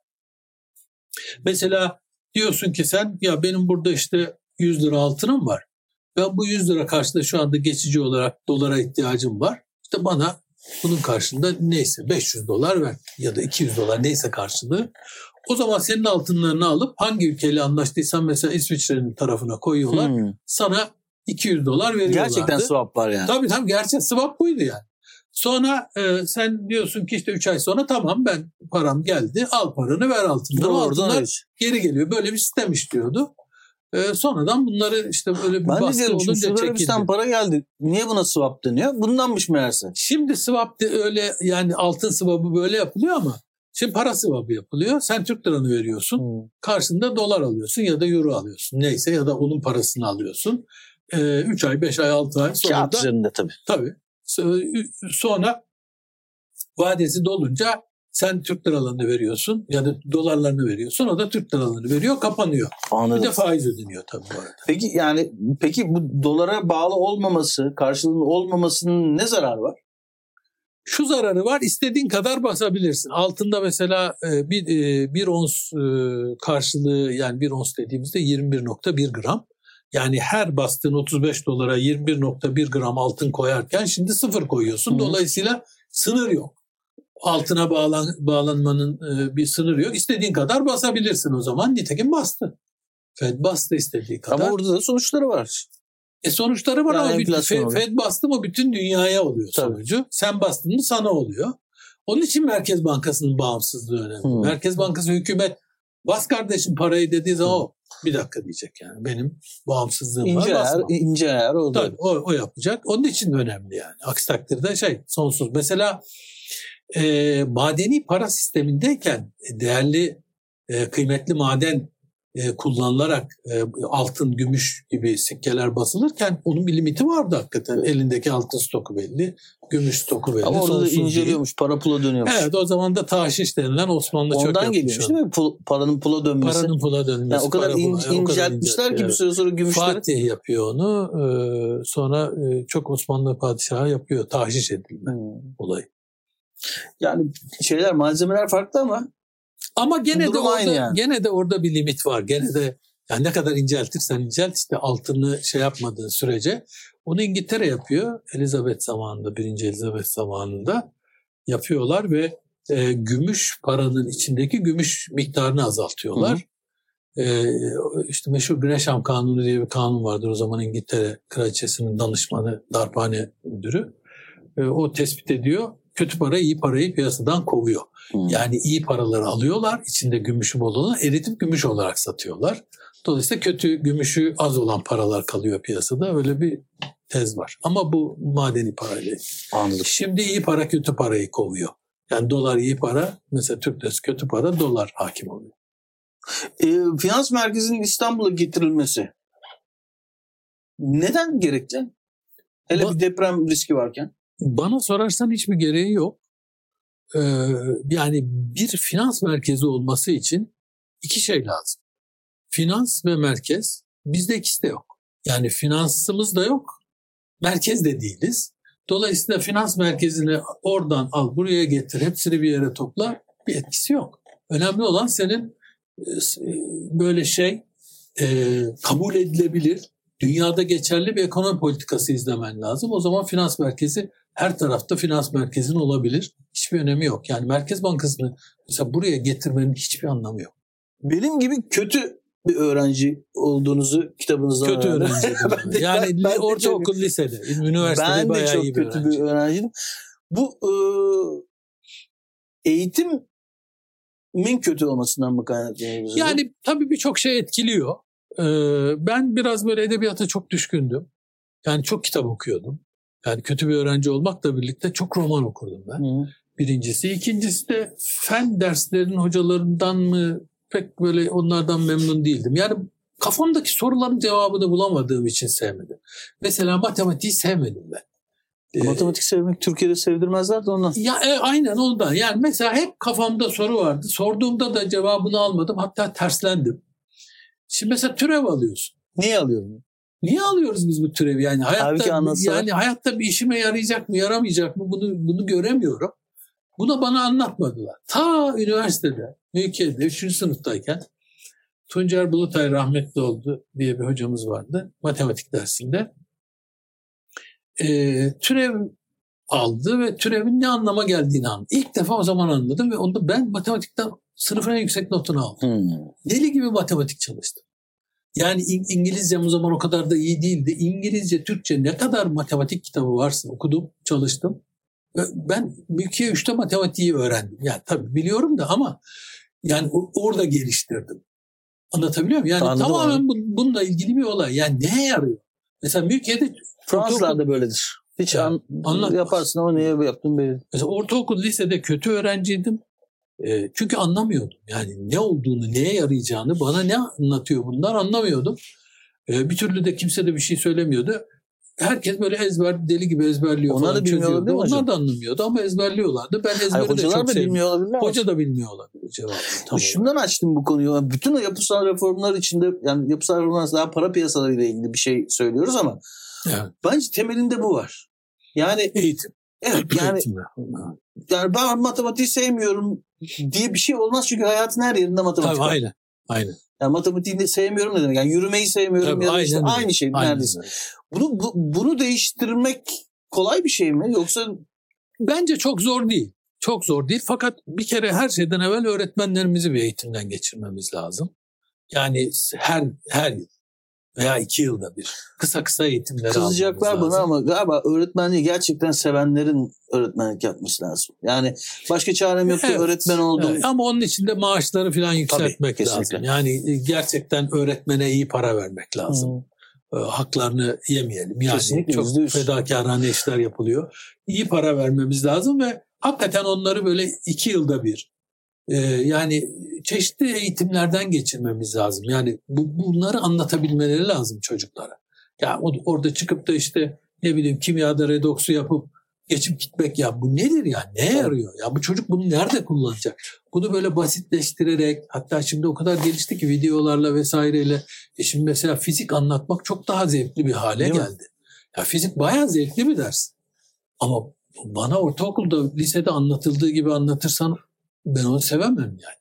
Mesela diyorsun ki sen, ya benim burada işte 100 lira altınım var. Ben bu 100 lira karşılığında şu anda geçici olarak dolara ihtiyacım var. İşte bana bunun karşılığında neyse $500 ver ya da $200 neyse karşılığı. O zaman senin altınlarını alıp hangi ülkeyle anlaştıysan, mesela İsviçre'nin tarafına koyuyorlar. Sana $200 veriyorlardı. Gerçekten swap var yani. Tabii gerçek swap buydu yani. Sonra sen diyorsun ki işte 3 ay sonra tamam, ben param geldi, al paranı, ver altınları. Altınlar geri geliyor. Böyle bir sistem işliyordu. Sonradan bunları işte böyle bir baskı olunca çekildi. Para geldi. Niye buna swap deniyor? Bundanmış meğerse. Şimdi swap öyle, yani altın swap'ı böyle yapılıyor ama şimdi para swap'ı yapılıyor. Sen Türk liranı veriyorsun. Karşında dolar alıyorsun ya da euro alıyorsun. Neyse, ya da onun parasını alıyorsun. 3 ay, 5 ay, 6 ay sonra kağıt üzerinde tabii. Sonra vadesi dolunca sen Türk liralarını veriyorsun ya da dolarlarını veriyorsun. O da Türk liralarını veriyor, kapanıyor. Anladım. Bir de faiz ödeniyor tabii bu arada. Peki bu dolara bağlı olmaması, karşılığının olmamasının ne zararı var? Şu zararı var: istediğin kadar basabilirsin. Altında mesela bir ons karşılığı, yani bir ons dediğimizde 21.1 gram. Yani her bastığın $35 21.1 gram altın koyarken şimdi 0 koyuyorsun. Dolayısıyla sınır yok. Altına bağlanmanın bir sınırı yok. İstediğin kadar basabilirsin o zaman. Nitekim bastı. Fed bastı istediği kadar. Ama orada da sonuçları var. Sonuçları var yani ama Fed bastı mı bütün dünyaya oluyor sonucu. Sen bastın mı sana oluyor. Onun için Merkez Bankası'nın bağımsızlığı önemli. Merkez Bankası, hükümet bas kardeşim parayı dediği zaman Bir dakika diyecek yani. Benim bağımsızlığım var. İnce ayar oldu. Tabii o yapacak. Onun için önemli yani. Aksi takdirde sonsuz. Mesela madeni para sistemindeyken değerli kıymetli maden kullanılarak altın, gümüş gibi sikkeler basılırken onun bir limiti vardı hakikaten. Elindeki altın stoku belli, gümüş stoku belli. Ama orada da inceliyormuş, para pula dönüyormuş. Evet, o zaman da tahşiş denilen Osmanlı çok yapmış. Ondan geliyor değil mi? Paranın pula dönmesi. Paranın pula dönmesi. Yani o kadar inceltmişler ki bir süre sonra gümüşleri. Fatih yapıyor onu. Sonra çok Osmanlı padişahı yapıyor. Tahşiş edilme olayı. Yani malzemeler farklı ama gene de orada bir limit var. Gene de yani ne kadar inceltirsen incelt işte altını yapmadığın sürece onu İngiltere yapıyor. Elizabeth zamanında, 1. Elizabeth zamanında yapıyorlar ve gümüş paranın içindeki gümüş miktarını azaltıyorlar. İşte meşhur Gresham Kanunu diye bir kanun vardır. O zaman İngiltere Kraliçesi'nin danışmanı, darphane müdürü. O tespit ediyor. Kötü para iyi parayı piyasadan kovuyor. Yani iyi paraları alıyorlar, içinde gümüşü bol olanı eritip gümüş olarak satıyorlar. Dolayısıyla kötü, gümüşü az olan paralar kalıyor piyasada. Öyle bir tez var. Ama bu madeni parayla. Anladım. Şimdi iyi para kötü parayı kovuyor. Yani dolar iyi para, mesela Türk lirası kötü para, dolar hakim oluyor. Finans merkezinin İstanbul'a getirilmesi neden gerekti? Hele bir deprem riski varken. Bana sorarsan hiçbir gereği yok. Yani bir finans merkezi olması için iki şey lazım. Finans ve merkez. Bizde ikisi de yok. Yani finansımız da yok. Merkez de değiliz. Dolayısıyla finans merkezini oradan al buraya getir. Hepsini bir yere topla. Bir etkisi yok. Önemli olan senin böyle kabul edilebilir, dünyada geçerli bir ekonomi politikası izlemen lazım. O zaman finans merkezi her tarafta finans merkezin olabilir. Hiçbir önemi yok. Yani Merkez Bankası'nı mesela buraya getirmenin hiçbir anlamı yok. Benim gibi kötü bir öğrenci olduğunuzu kitabınızdan kötü öğrenciydim. Yani ortaokul, lisede, üniversitede bayağı iyi bir öğrenci. Ben de çok kötü bir öğrenciydim. Bu eğitimin kötü olmasından mı kaynaklanıyor? Yani tabii birçok şey etkiliyor. Ben biraz böyle edebiyata çok düşkündüm. Yani çok kitap okuyordum. Yani kötü bir öğrenci olmakla birlikte çok roman okurdum ben. Birincisi. İkincisi de fen derslerinin hocalarından mı pek böyle onlardan memnun değildim. Yani kafamdaki soruların cevabını bulamadığım için sevmedim. Mesela matematiği sevmedim ben. Matematik sevmek Türkiye'de sevdirmezler de ondan. Aynen ondan. Yani mesela hep kafamda soru vardı. Sorduğumda da cevabını almadım. Hatta terslendim. Şimdi mesela türev alıyorsun. Niye alıyorsun? Niye alıyoruz biz bu türevi? Yani hayatta bir işime yarayacak mı, yaramayacak mı bunu göremiyorum. Bunu bana anlatmadılar. Ta üniversitede, Mülkiye'de 3. sınıftayken Tuncer Bulutay rahmetli oldu diye bir hocamız vardı matematik dersinde. Türev aldı ve türevin ne anlama geldiğini anladım. İlk defa o zaman anladım ve onda ben matematikten sınıfın en yüksek notunu aldım. Deli gibi matematik çalıştım. Yani İngilizcem o zaman o kadar da iyi değildi. İngilizce, Türkçe ne kadar matematik kitabı varsa okudum, çalıştım. Ben Mülkiye 3'te matematiği öğrendim. Yani tabii biliyorum da ama yani orada geliştirdim. Anlatabiliyor muyum? Yani tamamen bununla ilgili bir olay. Yani neye yarıyor? Mesela Mülkiye'de... Fransızlar da böyledir. Hiç yaparsın ama neye yaptın belli. Mesela ortaokul, lisede kötü öğrenciydim. Çünkü anlamıyordum. Yani ne olduğunu, neye yarayacağını, bana ne anlatıyor bunlar anlamıyordum. Bir türlü de kimse de bir şey söylemiyordu. Herkes böyle deli gibi ezberliyor onlar falan, da bilmiyor olabilir mi hocam? Onlar da anlamıyordu ama ezberliyorlardı. Ben ezberi de çok sevmiyorum. Hoca da bilmiyor olabilir cevabı. Şundan açtım bu konuyu. Bütün o yapısal reformlar içinde, yani yapısal reformlar daha para piyasalarıyla ilgili bir şey söylüyoruz ama bence temelinde bu var. Yani eğitim. Evet yani ben matematiği sevmiyorum diye bir şey olmaz çünkü hayatın her yerinde matematik var. Tabii aynen. Yani matematiği sevmiyorum ne demek? Yani yürümeyi sevmiyorum tabii, ya da işte aynı şey neredeyse. Bunu değiştirmek kolay bir şey mi yoksa? Bence çok zor değil. Çok zor değil fakat bir kere her şeyden evvel öğretmenlerimizi bir eğitimden geçirmemiz lazım. Yani her yıl. veya 2 yılda bir. Kısa eğitimleri Kızacaklar bana ama galiba öğretmenliği gerçekten sevenlerin öğretmenlik yapması lazım. Yani başka çarem yoktu, evet, öğretmen oldum. Evet, ama onun için de maaşları falan yükseltmek lazım. Yani gerçekten öğretmene iyi para vermek lazım. Haklarını yemeyelim. Yani kesinlikle, çok %100 fedakarane işler yapılıyor. İyi para vermemiz lazım ve hakikaten onları böyle 2 yılda bir yani çeşitli eğitimlerden geçirmemiz lazım. Yani bunları anlatabilmeleri lazım çocuklara. Ya orada çıkıp da işte ne bileyim kimyada redoksu yapıp geçip gitmek, ya bu nedir ya? Neye yarıyor? Ya bu çocuk bunu nerede kullanacak? Bunu böyle basitleştirerek, hatta şimdi o kadar gelişti ki videolarla vesaireyle. Şimdi mesela fizik anlatmak çok daha zevkli bir hale geldi. Ya fizik bayağı zevkli bir ders. Ama bana ortaokulda, lisede anlatıldığı gibi anlatırsan ben onu sevemem yani.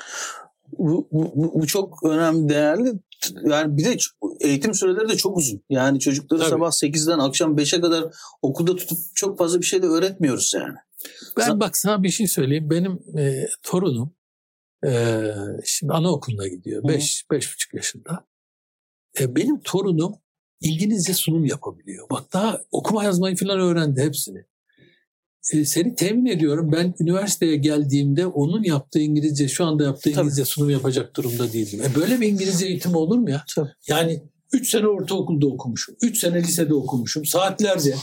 Bu çok önemli, değerli. Yani bir de eğitim süreleri de çok uzun. Yani çocukları tabii sabah 8'den akşam 5'e kadar okulda tutup çok fazla bir şey de öğretmiyoruz yani. Bak sana bir şey söyleyeyim. Benim torunum şimdi anaokuluna gidiyor. 5,5 yaşında. Benim torunum İngilizce sunum yapabiliyor. Bak daha okuma yazmayı falan öğrendi hepsini. Seni temin ediyorum, ben üniversiteye geldiğimde onun yaptığı İngilizce, şu anda yaptığı İngilizce sunum yapacak durumda değildim. Böyle bir İngilizce eğitimi olur mu ya? Tabii. Yani 3 sene ortaokulda okumuşum, 3 sene lisede okumuşum, saatlerce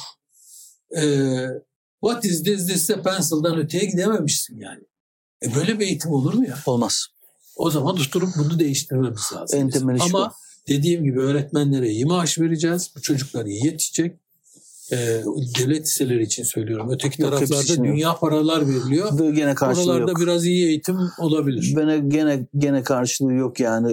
what is this, this is a pencil'dan öteye gidememişsin yani. Böyle bir eğitim olur mu ya? Olmaz. O zaman durup bunu değiştirmemiz lazım. Ama dediğim gibi öğretmenlere iyi maaş vereceğiz, bu çocuklar iyi yetişecek. Devlet liseleri için söylüyorum. Öteki taraflarda dünya paralar veriliyor. Ve gene karşılığı oralarda yok. Biraz iyi eğitim olabilir. Gene karşılığı yok yani.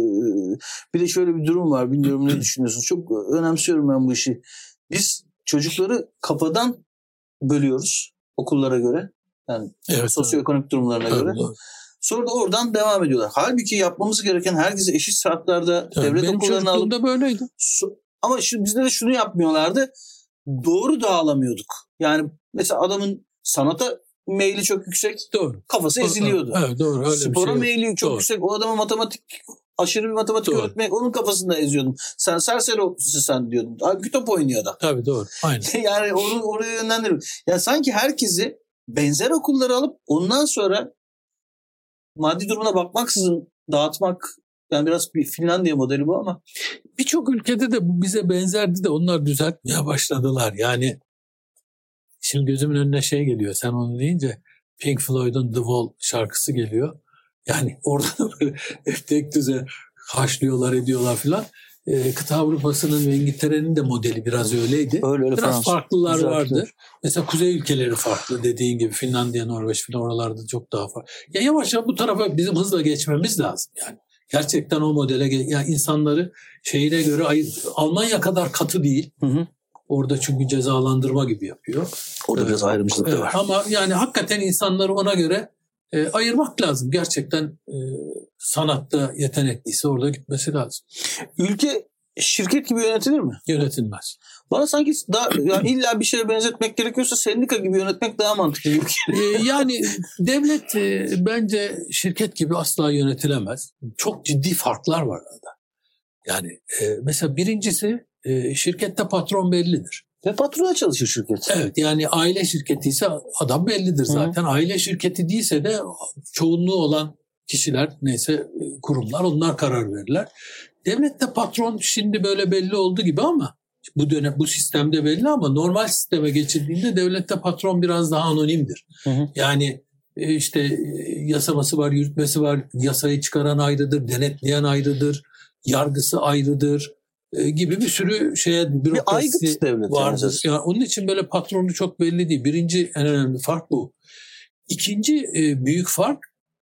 Bir de şöyle bir durum var. Bilmiyorum ne düşünüyorsunuz? Çok önemsiyorum ben bu işi. Biz çocukları kafadan bölüyoruz okullara göre. Yani evet, sosyoekonomik durumlarına göre. Evet. Sonra da oradan devam ediyorlar. Halbuki yapmamız gereken herkese eşit şartlarda devlet okullarına alıp... Benim böyleydi. Ama şimdi bizde de şunu yapmıyorlardı. Doğru dağılamıyorduk. Yani mesela adamın sanata meyli çok yüksek. Doğru. Kafası eziliyordu. Evet, doğru. Öyle spora bir meyli çok yüksek. O adama aşırı bir matematik öğretmek, onun kafasında eziyordun. Sen serseri okusun sen diyordun. Halbuki top oynuyor adam. Tabii doğru. Aynen. Yani oraya yönlendiriyor. Yani sanki herkesi benzer okullara alıp ondan sonra maddi durumuna bakmaksızın dağıtmak, yani biraz bir Finlandiya modeli bu ama. Birçok ülkede de bu bize benzerdi de onlar düzeltmeye başladılar. Yani şimdi gözümün önüne şey geliyor, sen onu deyince Pink Floyd'un The Wall şarkısı geliyor. Yani orada da böyle tek düze haşlıyorlar ediyorlar filan. Kıta Avrupa'sının ve İngiltere'nin de modeli biraz öyleydi. Öyle biraz Fransız. Farklılar Güzel, vardı. güzel. Mesela kuzey ülkeleri farklı, dediğin gibi Finlandiya, Norveç filan, oralarda çok daha farklı. Ya yavaş yavaş bu tarafa bizim hızla geçmemiz lazım yani. Gerçekten o modele, yani insanları şeyine göre Almanya kadar katı değil. Hı. Orada çünkü cezalandırma gibi yapıyor. Orada biraz ayrımcılık da var. Ama yani hakikaten insanları ona göre ayırmak lazım. Gerçekten sanatta yetenekliyse orada gitmesi lazım. Ülke şirket gibi yönetilir mi? Yönetilmez. Bana sanki daha yani illa bir şeye benzetmek gerekiyorsa sendika gibi yönetmek daha mantıklı. Yani devlet bence şirket gibi asla yönetilemez. Çok ciddi farklar var arada. Yani mesela birincisi şirkette patron bellidir. Ve patrona çalışır şirket. Evet, yani aile şirketi ise adam bellidir zaten. Hı. Aile şirketi değilse de çoğunluğu olan kişiler, neyse kurumlar, onlar karar verirler. Devlette patron şimdi böyle belli oldu gibi ama bu sistemde belli, ama normal sisteme geçildiğinde devlette patron biraz daha anonimdir. Hı. Yani işte yasaması var, yürütmesi var, yasayı çıkaran ayrıdır, denetleyen ayrıdır, yargısı ayrıdır gibi bir sürü bürokrasi vardır. Yani onun için böyle patronu çok belli değil. Birinci en önemli fark bu. İkinci büyük fark,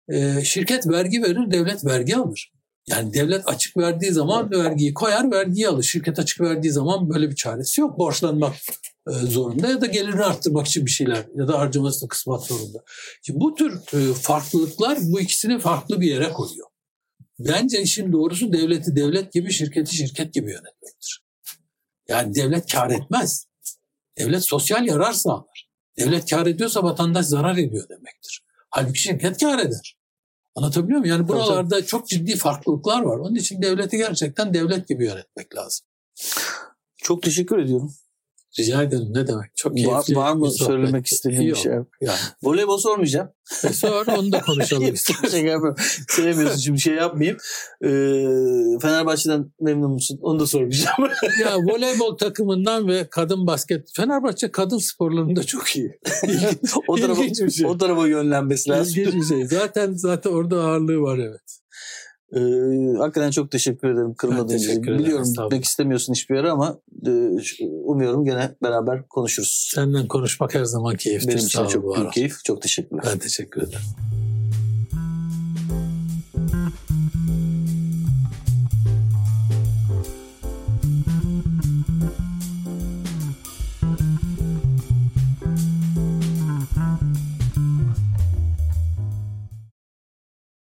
şirket vergi verir, devlet vergi alır. Yani devlet açık verdiği zaman vergiyi koyar, vergiyi alır. Şirket açık verdiği zaman böyle bir çaresi yok. Borçlanmak zorunda ya da gelirini arttırmak için bir şeyler ya da harcamasını kısmak zorunda. Şimdi bu tür farklılıklar bu ikisini farklı bir yere koyuyor. Bence işin doğrusu devleti devlet gibi, şirketi şirket gibi yönetmektir. Yani devlet kar etmez. Devlet sosyal yarar sağlar. Devlet kar ediyorsa vatandaş zarar ediyor demektir. Halbuki şirket kar eder. Anlatabiliyor muyum? Yani buralarda çok ciddi farklılıklar var. Onun için devleti gerçekten devlet gibi yönetmek lazım. Çok teşekkür ediyorum. Rica ederim. Ne demek? Çok keyifli. Var mı bir sohbet. söylemek istediğin bir şey? Yani. Voleybol sormayacağım. Sonra onu da konuşalım istiyorsan. Sevmiyorsun şimdi şey yapmayayım. Fenerbahçe'den memnun musun? Onu da sormayacağım. Ya voleybol takımından ve kadın basket. Fenerbahçe kadın sporlarında çok iyi. O tarafa yönlenmesi lazım. İlginç bir şey. Zaten orada ağırlığı var, evet. Hakikaten çok teşekkür ederim kırmadığın için. Biliyorum gitmek istemiyorsun hiçbir yere ama umuyorum gene beraber konuşuruz. Senden konuşmak her zaman keyifli. Benim için çok büyük keyif. Çok teşekkürler. Ben teşekkür ederim.